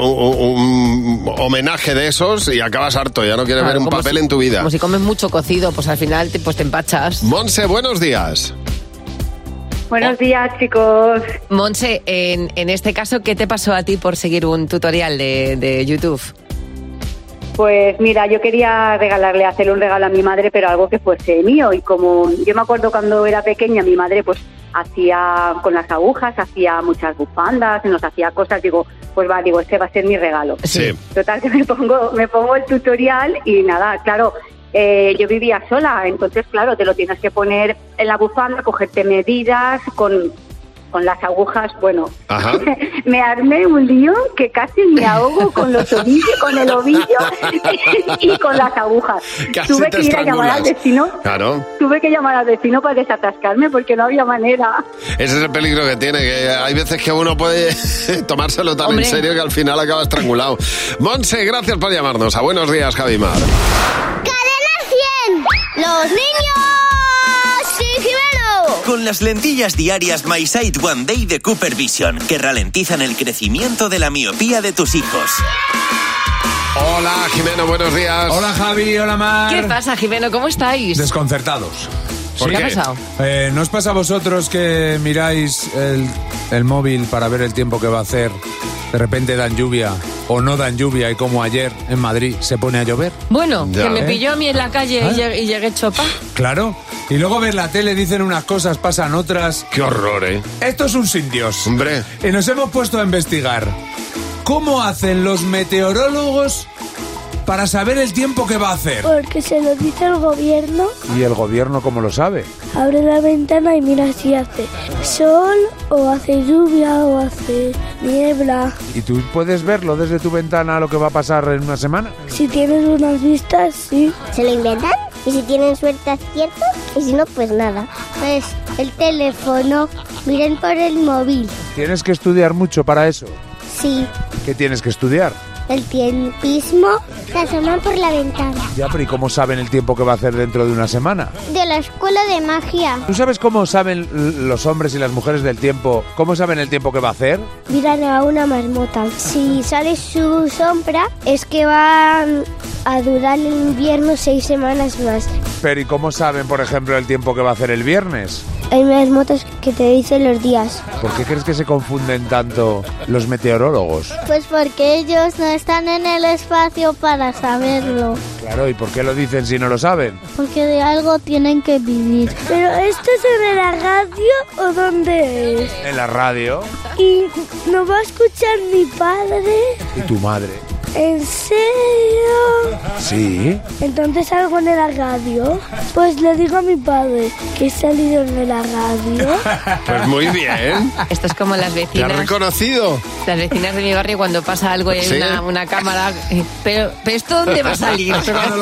un- un homenaje de esos y acabas harto, ya no quieres Claro, ver un como papel si- en tu vida. Como si comes mucho cocido, pues al final te, pues te empachas. Monse, buenos días. Buenos días, chicos. Monse, en, en este caso, ¿qué te pasó a ti por seguir un tutorial de, de YouTube? Pues mira, yo quería regalarle, hacerle un regalo a mi madre, pero algo que fuese mío. Y como yo me acuerdo cuando era pequeña, mi madre pues hacía con las agujas, hacía muchas bufandas, nos hacía cosas, digo, pues va, digo, este va a ser mi regalo. Sí. Total, que me pongo, me pongo el tutorial y nada, claro, eh, yo vivía sola, entonces claro, te lo tienes que poner en la bufanda, cogerte medidas con... con las agujas, bueno, Ajá. me armé un lío que casi me ahogo con los ovillos, con el ovillo y con las agujas. Casi tuve te que ir a llamar al estrangulas. vecino, Claro. tuve que llamar al vecino para desatascarme porque no había manera. Ese es el peligro que tiene, que hay veces que uno puede tomárselo tan Hombre. en serio que al final acaba estrangulado. Monse, gracias por llamarnos. A buenos días, Javi Mar. ¡Cadena cien! ¡Los niños! ¡Sí, Jimeno! Con las lentillas diarias My Sight One Day de Cooper Vision, que ralentizan el crecimiento de la miopía de tus hijos. Hola, Jimeno, buenos días. Hola, Javi, hola, Mar. ¿Qué pasa, Jimeno? ¿Cómo estáis? Desconcertados. ¿Por ¿Qué qué? ha pasado? Eh, ¿No os pasa a vosotros que miráis el, el móvil para ver el tiempo que va a hacer? De repente dan lluvia o no dan lluvia y como ayer en Madrid se pone a llover. Bueno, Ya. que me ¿Eh? pilló a mí en la calle ¿Ah? y, llegué, y llegué chopa. Claro. Y luego ves la tele, dicen unas cosas, pasan otras. Qué horror, ¿eh? Esto es un sin Dios. Hombre. Y nos hemos puesto a investigar cómo hacen los meteorólogos para saber el tiempo que va a hacer. Porque se lo dice el gobierno, ¿Y el gobierno cómo lo sabe? abre la ventana y mira si hace sol o hace lluvia o hace niebla. ¿Y tú puedes verlo desde tu ventana lo que va a pasar en una semana? Si tienes unas vistas, sí. ¿Se lo inventan? Y si tienen suerte es cierto, y si no, pues nada. Pues el teléfono, miren por el móvil. ¿Tienes que estudiar mucho para eso? Sí, ¿Qué tienes que estudiar? el tiempismo se asoman por la ventana. Ya, pero ¿y cómo saben el tiempo que va a hacer dentro de una semana? De la escuela de magia. ¿Tú sabes cómo saben l- los hombres y las mujeres del tiempo? ¿Cómo saben el tiempo que va a hacer? Miran a una marmota. Si sale su sombra, es que va a durar el invierno seis semanas más. Pero ¿y cómo saben, por ejemplo, el tiempo que va a hacer el viernes? Hay marmotas que te dicen los días. ¿Por qué crees que se confunden tanto los meteorólogos? Pues porque ellos no están en el espacio para saberlo. Claro, ¿y por qué lo dicen si no lo saben? Porque de algo tienen que vivir. ¿Pero esto es en la radio o dónde es? En la radio. ¿Y no va a escuchar mi padre? ¿Y tu madre? ¿En serio? Sí. Entonces salgo en la radio. Pues le digo a mi padre que he salido en la radio. Pues muy bien. Esto es como las ¿Te has vecinas. reconocido? Las vecinas de mi barrio cuando pasa algo y hay ¿Sí? una, una cámara. eh, Pero, pero ¿esto dónde va a salir?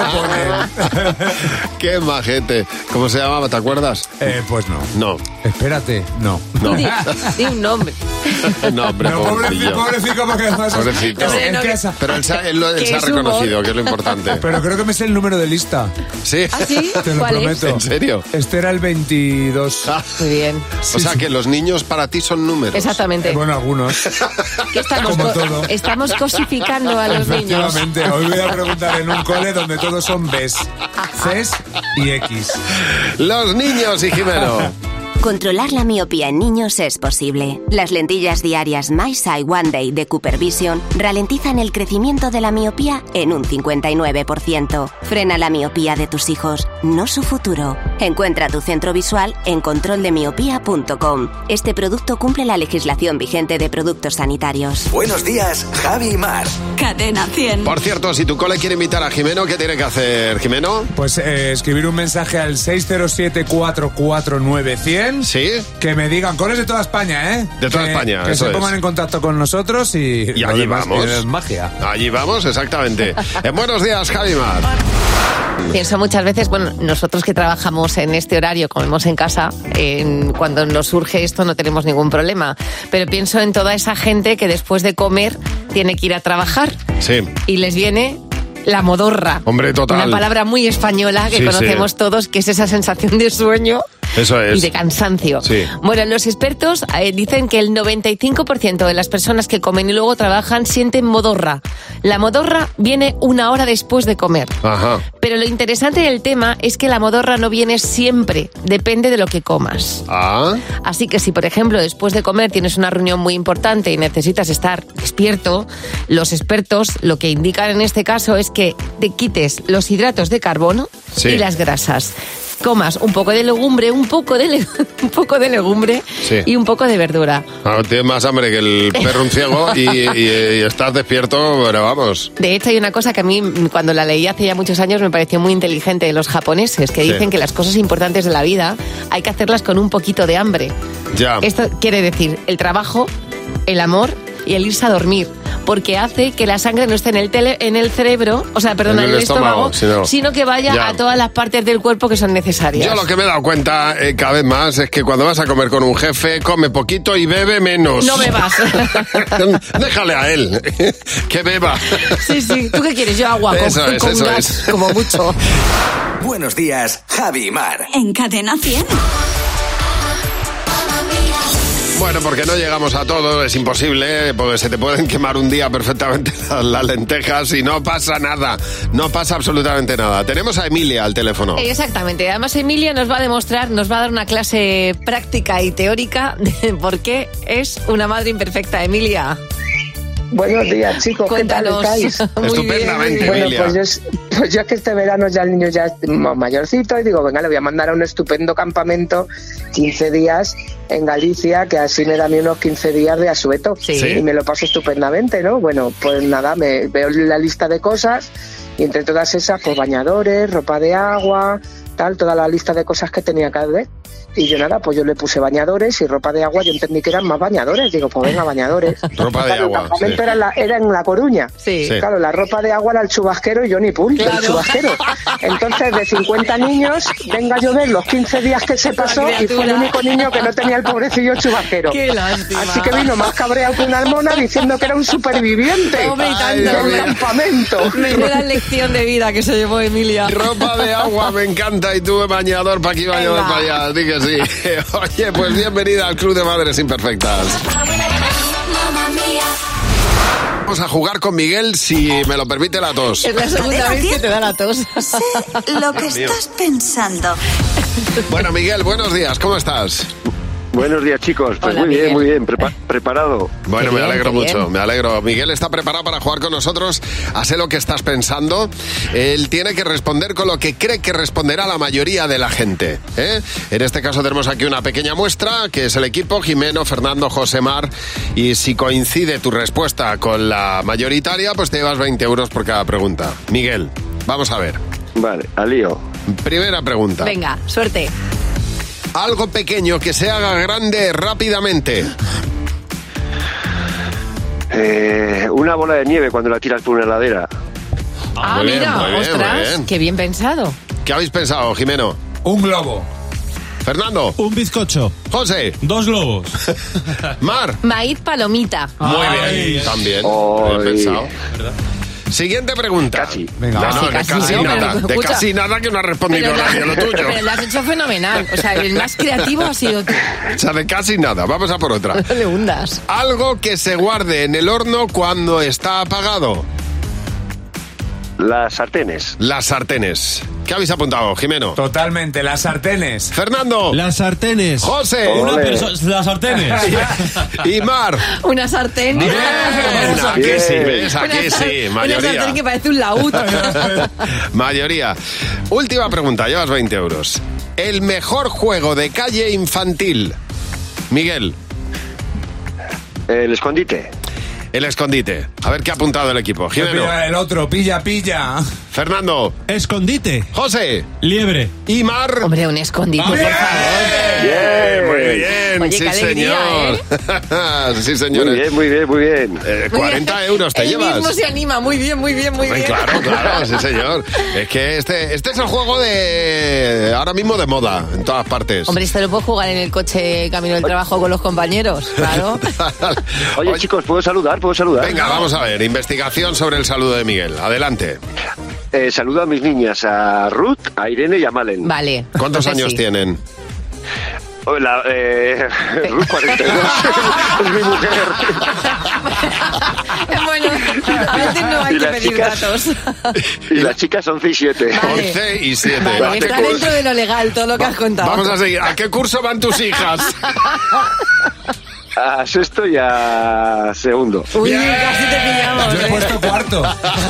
Qué majete. ¿Cómo se llamaba? ¿Te acuerdas? Eh, pues no. No. Espérate, no. No. Di, di un nombre. No, hombre, No, pobrecito, pobrecillo. pobrecito, porque además... Pobrecito. Es que- es que esa- Pero él se, él lo- él Que se ha es humor. reconocido, que es lo importante. Pero creo que me sé el número de lista. ¿Sí? ¿Ah, sí? Te lo ¿Cuál es? prometo. ¿En serio? Este era el veintidós. Muy bien. O sea, que los niños para ti son números. Exactamente. Eh, Bueno, algunos. Que estamos, como co- todo. estamos cosificando a los niños. Efectivamente, hoy voy a preguntar en un cole donde todos son Bs, Cs y X. Los niños y Jimeno. Controlar la miopía en niños es posible. Las lentillas diarias My Sight One Day de Cooper Vision ralentizan el crecimiento de la miopía en un cincuenta y nueve por ciento. Frena la miopía de tus hijos, no su futuro. Encuentra tu centro visual en control de miopía punto com. Este producto cumple la legislación vigente de productos sanitarios. Buenos días, Javi y Mar. Cadena cien. Por cierto, si tu cole quiere invitar a Jimeno, ¿qué tiene que hacer, Jimeno? Pues eh, escribir un mensaje al seis cero siete, cuatro cuatro nueve, cien. Sí. Que me digan, coles de toda España, ¿eh? De toda que, España, Que eso se es. pongan en contacto con nosotros y... Y lo allí demás vamos. Es magia. Allí vamos, exactamente. En Buenos días, Javi Mar. Pienso muchas veces, bueno, nosotros que trabajamos en este horario, comemos en casa, en- cuando nos surge esto no tenemos ningún problema. Pero pienso en toda esa gente que después de comer tiene que ir a trabajar Sí. y les viene la modorra. Hombre, total. Una palabra muy española que Sí, conocemos sí. todos, que es esa sensación de sueño Eso es. Y de cansancio. Sí. Bueno, los expertos eh, dicen que el noventa y cinco por ciento de las personas que comen y luego trabajan sienten modorra. La modorra viene una hora después de comer. Ajá. Pero lo interesante del tema es que la modorra no viene siempre, depende de lo que comas. Ah. Así que si, por ejemplo, después de comer tienes una reunión muy importante y necesitas estar despierto, los expertos lo que indican en este caso es que te quites los hidratos de carbono Sí. y las grasas. Comas un poco de legumbre, un poco de, le- un poco de legumbre Sí. y un poco de verdura. Ah, tienes más hambre que el perro un ciego y, y- y estás despierto, pero vamos. De hecho, hay una cosa que a mí, cuando la leí hace ya muchos años, me pareció muy inteligente de los japoneses, que Sí. dicen que las cosas importantes de la vida hay que hacerlas con un poquito de hambre. Ya. Esto quiere decir el trabajo, el amor y el irse a dormir, porque hace que la sangre no esté en el, tele, en el cerebro, o sea, perdón, En en el el, estómago, estómago, sino, sino- que vaya Ya. a todas las partes del cuerpo que son necesarias. Yo lo que me he dado cuenta eh, cada vez más es que cuando vas a comer con un jefe, come poquito y bebe menos. No bebas. Déjale a él, que beba. Sí, sí. ¿Tú qué quieres? Yo agua con, Eso es, con eso gas, es. como mucho. Buenos días, Javi y Mar. En Cadena cien. Bueno, porque no llegamos a todo, es imposible, porque se te pueden quemar un día perfectamente las, las lentejas y no pasa nada, no pasa absolutamente nada. Tenemos a Emilia al teléfono. Exactamente. Además, Emilia nos va a demostrar, nos va a dar una clase práctica y teórica de por qué es una madre imperfecta. Emilia. Buenos días, chicos. ¿Qué tal Cuéntanos. estáis? Muy Estupendamente, bien. Bueno, Emilia. pues yo, es- pues yo es que este verano ya el niño ya es ma- mayorcito y digo, venga, le voy a mandar a un estupendo campamento, quince días en Galicia, que así me da a mí unos quince días de asueto. Sí. Y me lo paso estupendamente, ¿no? Bueno, pues nada, me veo la lista de cosas y entre todas esas, pues bañadores, ropa de agua, tal, toda la lista de cosas que tenía que hacer. Y yo nada, pues yo le puse bañadores y ropa de agua, yo entendí que eran más bañadores, digo, pues venga, bañadores. Ropa de Claro, agua, el campamento sí. era, en la- era en La Coruña. Sí. Sí. Claro, la ropa de agua era el chubasquero y yo ni pum, el chubasquero. Entonces, de cincuenta niños, venga a llover los quince días que se pasó y fue el único niño que no tenía el pobrecillo chubasquero. Qué lástima. Así que vino más cabreado que una hormona diciendo que era un superviviente Hombre, y Ay, tanto. del campamento. Menuda lección de vida que se llevó Emilia. Ropa de agua, me encanta, y tuve bañador para aquí, bañador Venga. para allá, di que sí. Oye, pues bienvenida al Club de Madres Imperfectas. Vamos a jugar con Miguel, si me lo permite la tos. Es la segunda vez que te da la tos. Sé lo que Dios mío. estás pensando. Bueno, Miguel, buenos días, ¿cómo estás? Buenos días, chicos. Pues Hola, muy Miguel. bien, muy bien. Prepa- preparado. Bueno, Qué me bien, alegro qué mucho, bien. me alegro. Miguel está preparado para jugar con nosotros a Sé lo que estás pensando. Él tiene que responder con lo que cree que responderá la mayoría de la gente, ¿eh? En este caso tenemos aquí una pequeña muestra, que es el equipo Jimeno, Fernando, José Mar. Y si coincide tu respuesta con la mayoritaria, pues te llevas veinte euros por cada pregunta. Miguel, vamos a ver. Vale, al lío. Primera pregunta. Venga, suerte. Algo pequeño que se haga grande rápidamente. Eh, una bola de nieve cuando la tiras por una heladera. Ah, muy bien, mira, muy bien, ostras, muy bien. qué bien pensado. ¿Qué habéis pensado, Jimeno? Un globo. Fernando. Un bizcocho. José. Dos globos. Mar. Maíz palomita. Muy Ay. bien. También. Ay. Bien pensado. Siguiente pregunta. Casi. Venga, No, va. no, de Casi casi no, pero nada. De escucha. casi nada que no ha respondido Pero, nadie lo tuyo. pero lo has hecho fenomenal. O sea, el más creativo ha sido tú. O sea, de casi nada. Vamos a por otra. No le hundas. Algo que se guarde en el horno cuando está apagado. Las sartenes. Las sartenes. ¿Qué habéis apuntado, Jimeno? Totalmente, las sartenes. Fernando. Las sartenes. José. Una Ole. perso- las sartenes. Y Mar. Una sartén. Bien. Aquí Bien. sí, ¿ves? Una Aquí sar- sí. Una sartén Mayoría. que parece un laúd. Mayoría. Última pregunta, llevas veinte euros. El mejor juego de calle infantil. Miguel. El escondite. El escondite. A ver qué ha apuntado el equipo. Jimeno. Pilla el otro, pilla, pilla. Fernando. Escondite. José. Liebre. Y Mar. Hombre, un escondite, por favor. Bien, muy bien. Oye, sí, qué alegría, señor. sí, Muy señores. bien, muy bien, muy bien. Eh, cuarenta euros te Él llevas. mismo se anima. Muy bien, muy bien, muy Hombre, bien. Claro, claro, sí, señor. Es que este, este es el juego de ahora mismo de moda en todas partes. Hombre, esto lo puedo jugar en el coche camino del trabajo con los compañeros, claro. Oye, chicos, ¿puedo saludar? ¿Puedo saludar? Venga, vamos a ver. Investigación sobre el saludo de Miguel. Adelante. Eh, saludo a mis niñas, a Ruth, a Irene y a Malen. Vale. ¿Cuántos entonces años sí. tienen? Hola, eh, cuarenta y dos. Es mi mujer. Bueno, antes no hay Y que las pedir chicas- datos. Y las chicas once y siete. once y siete. Vale, está dentro de lo legal todo lo que has contado. Vamos a seguir. ¿A qué curso van tus hijas? A sexto y a segundo. Uy, casi te pillamos. Yo he ¿eh? puesto cuarto.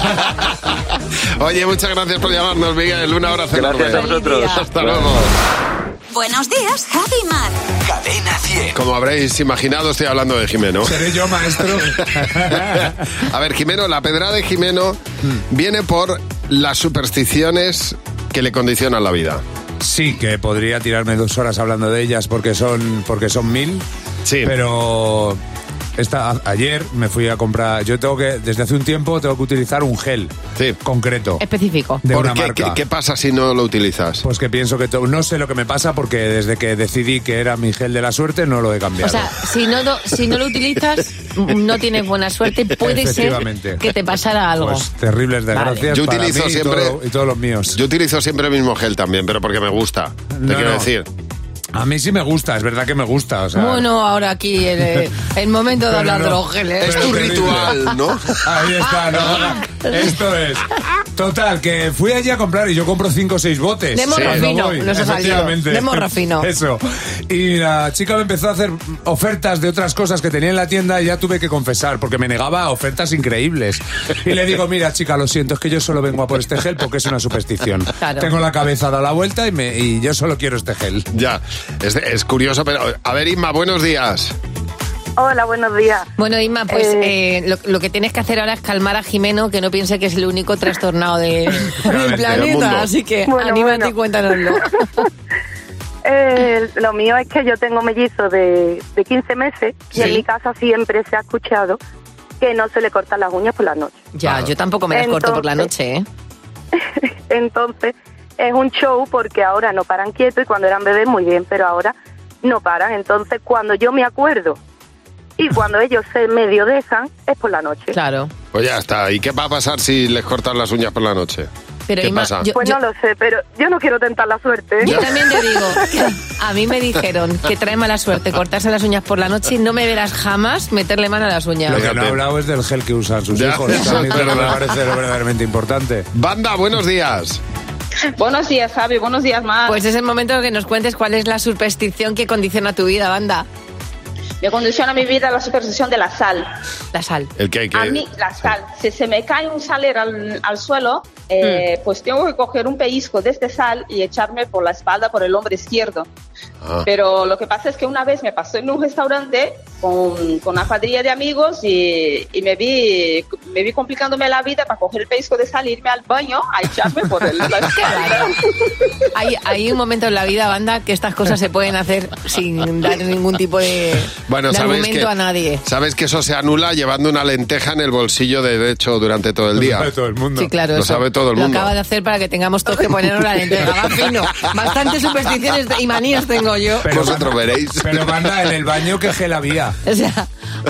Oye, muchas gracias por llamarnos, Miguel. Un abrazo Gracias enorme. a vosotros. Hasta luego. Buenos días, Javi y Mar. Cadena cien. Como habréis imaginado, estoy hablando de Jimeno. Seré yo, maestro. A ver, Jimeno, la pedrada de Jimeno viene por las supersticiones que le condicionan la vida. Sí, que podría tirarme dos horas hablando de ellas porque son, porque son mil. Sí. Pero esta, ayer me fui a comprar. Yo tengo que, desde hace un tiempo, tengo que utilizar un gel Sí. concreto. Específico. De ¿Por una qué? marca. ¿Qué, qué pasa si no lo utilizas? Pues que pienso que to- no sé lo que me pasa porque desde que decidí que era mi gel de la suerte no lo he O cambiado. sea, si no, lo- si no lo utilizas, no tienes buena suerte. Puede ser Efectivamente. que te pasara algo. Pues terribles desgracias Yo para utilizo mí y siempre- todo- y todos los míos. Yo utilizo siempre el mismo gel también, pero porque me gusta. Te No, quiero no. decir. A mí sí me gusta, es verdad que me gusta. O sea, Bueno, ahora aquí el, el momento de Pero hablar no. de los geles. Es tu ritual, ¿no? Ahí está, ¿no? Esto es. Total, que fui allí a comprar y yo compro cinco o seis botes. De morro Cuando fino, voy, nos ha salido. efectivamente. De morro fino. Eso. Y la chica me empezó a hacer ofertas de otras cosas que tenía en la tienda y ya tuve que confesar, porque me negaba a ofertas increíbles. Y le digo, mira, chica, lo siento, es que yo solo vengo a por este gel porque es una superstición. Claro. Tengo la cabeza dada la vuelta y, me, y yo solo quiero este gel. Ya, es, es curioso, pero... A ver, Inma, buenos días. Hola, buenos días. Bueno, Inma, pues Eh, eh, lo, lo que tienes que hacer ahora es calmar a Jimeno, que no piense que es el único trastornado de, del del mundo. planeta. Así que Bueno, anímate bueno. y cuéntanoslo. Eh, lo mío es que yo tengo mellizos de, de quince meses y Sí. en mi casa siempre se ha escuchado que no se le cortan las uñas por la noche. Ya, yo tampoco me las corto por la noche, ¿eh? Entonces, es un show porque ahora no paran quietos y cuando eran bebés muy bien, pero ahora no paran. Entonces, cuando yo me acuerdo y cuando ellos se medio dejan, es por la noche. Claro. Pues ya está. ¿Y qué va a pasar si les cortan las uñas por la noche? Pero ¿Qué Inma, pasa? yo- Pues yo- no lo sé, pero yo no quiero tentar la suerte. ¿eh? Yo también te digo, que a mí me dijeron que trae mala suerte cortarse las uñas por la noche y no me verás jamás meterle mano a las uñas. Lo que no he Fíjate. hablado es del gel que usan sus Ya, hijos. eso Eso a mí es me verdad. parece lo verdaderamente importante. Banda, buenos días. Buenos días, Javi. Buenos días, Mar. Pues es el momento de que nos cuentes cuál es la superstición que condiciona tu vida, banda. Me condiciona mi vida la superstición de la sal. La sal. El que hay que... A mí, la sal. Si se me cae un saler al, al suelo, eh, Mm. pues tengo que coger un pellizco de este sal y echarme por la espalda, por el hombro izquierdo. Ah. Pero lo que pasa es que una vez me pasó en un restaurante con, con una cuadrilla de amigos y, y me vi me vi complicándome la vida para coger el pellizco de sal e irme al baño a echarme por el, la espalda. Hay, hay un momento en la vida, banda, que estas cosas se pueden hacer sin dar ningún tipo de, Bueno, de sabes argumento que, a nadie. sabes que eso se anula llevando una lenteja en el bolsillo derecho durante todo el día. Lo sabe todo el mundo. Sí, claro, Lo eso. sabe todo el Lo mundo. acaba de hacer para que tengamos todos que ponernos la lenteja. Va fino. Bastantes supersticiones y manías tengo yo. Vosotros veréis. Pero manda, en el baño que gel había. O sea,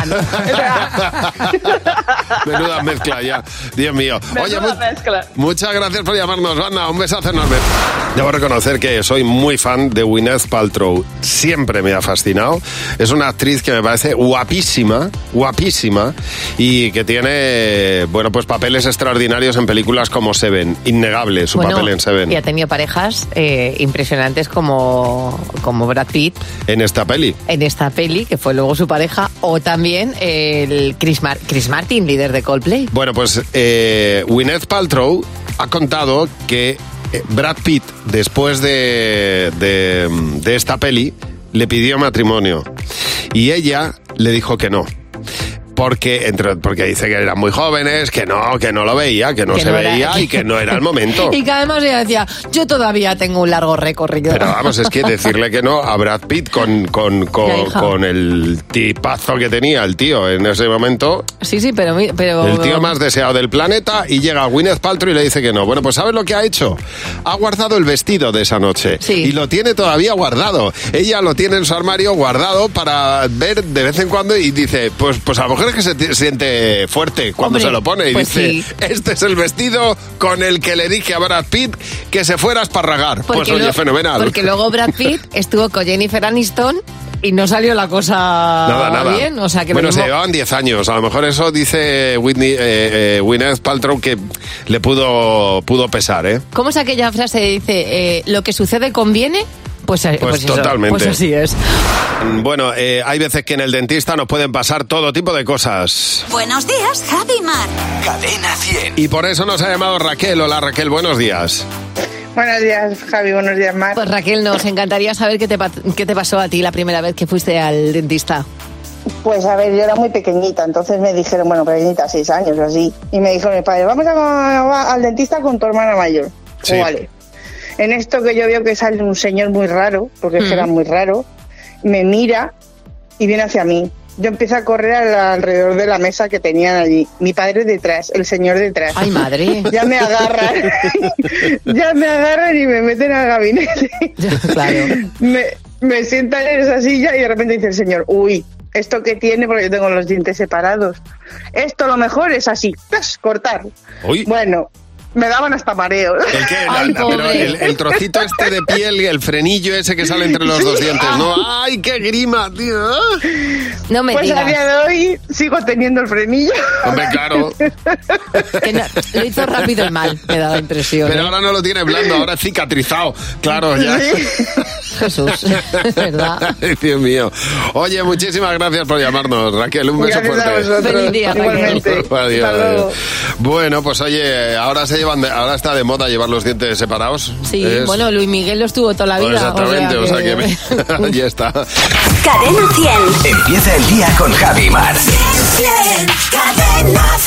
Menuda mezcla ya. Dios mío. Oye, Menuda mu- mezcla. muchas gracias por llamarnos, Banda. Un besazo enorme. Debo reconocer que soy muy fan de Gwyneth Paltrow. Siempre me ha fascinado. Es una actriz que me parece guapísima, guapísima, y que tiene, bueno, pues papeles extraordinarios en películas como Seven. Innegable su bueno, papel en Seven. y ha tenido parejas eh, impresionantes como, como Brad Pitt En esta peli. en esta peli, que fue luego su pareja, o también el Chris, Mar- Chris Martin, líder de Coldplay. Bueno, pues eh, Gwyneth Paltrow ha contado que eh, Brad Pitt, después de, de, de esta peli, le pidió matrimonio. Y ella le dijo que no. Porque, entre, porque dice que eran muy jóvenes, que no, que no lo veía, que no Que se no era- veía y que no era el momento. Y que además ella decía, yo todavía tengo un largo recorrido. Pero vamos, es que decirle que no a Brad Pitt con, con, Ya, con, hija. con el tipazo que tenía el tío en ese momento, Sí, sí, pero... mi- pero el tío más deseado del planeta, y llega Gwyneth Paltrow y le dice que no. Bueno, pues ¿sabes lo que ha hecho? Ha guardado el vestido de esa noche. Sí. Y lo tiene todavía guardado. Ella lo tiene en su armario guardado para ver de vez en cuando y dice, pues, pues a lo mejor es que se t- siente fuerte cuando Hombre, se lo pone y pues dice, sí. este es el vestido con el que le dije a Brad Pitt que se fuera a esparragar. Pues oye, lo- fenomenal. Porque luego Brad Pitt estuvo con Jennifer Aniston y no salió la cosa Nada, nada. bien. O sea, que lo bueno, mismo- se llevaban diez años. A lo mejor eso dice Whitney, eh, eh, Gwyneth Paltrow que le pudo, pudo pesar, ¿eh? ¿Cómo es aquella frase que dice, eh, lo que sucede conviene? Pues, eh, Pues pues eso, totalmente. pues así es. Bueno, eh, hay veces que en el dentista nos pueden pasar todo tipo de cosas. Buenos días, Javi y Mar. Cadena cien. Y por eso nos ha llamado Raquel. Hola Raquel, buenos días. Buenos días, Javi. Buenos días, Mar. Pues Raquel, nos encantaría saber qué te, pa- qué te pasó a ti la primera vez que fuiste al dentista. Pues a ver, yo era muy pequeñita, entonces me dijeron, bueno, pequeñita, seis años o así, y me dijo mi padre, vamos a, a- al dentista con tu hermana mayor. Sí. Oh, vale. En esto que yo veo que sale un señor muy raro, porque es que Mm. era muy raro, me mira y viene hacia mí. Yo empiezo a correr al- alrededor de la mesa que tenían allí. Mi padre detrás, el señor detrás. Ay, madre. Ya me agarran, ya me agarran y me meten al gabinete. Claro. Me, me sientan en esa silla y de repente dice el señor, uy, ¿esto qué tiene? Porque yo tengo los dientes separados. Esto lo mejor es así, ¡tas! Cortar. Uy. Bueno, me daban hasta mareo. ¿El qué? La- Ay, la- pero pobre. el, el trocito este de piel y el frenillo ese que sale entre los dos dientes, ¿no? ¡Ay, qué grima, tío! No me Pues digas. a día de hoy sigo teniendo el frenillo. Hombre, claro. Que no- lo hizo rápido y mal, me da la impresión. Pero ¿eh? ahora no lo tiene blando, ahora es cicatrizado. Claro, ya. Jesús, ¿verdad? Ay, Dios mío. Oye, muchísimas gracias por llamarnos, Raquel. Un beso Gracias a fuerte. vosotros. Feliz día, Raquel. Igualmente. Adiós, Hasta adiós. luego. Bueno, pues oye, ahora se llevan, de- ahora está de moda llevar los dientes separados. Sí, Es- bueno, Luis Miguel lo estuvo toda la Pues vida. exactamente, o sea que, ya está. Cadena cien. Empieza el día con Javi Mar. cien, cadena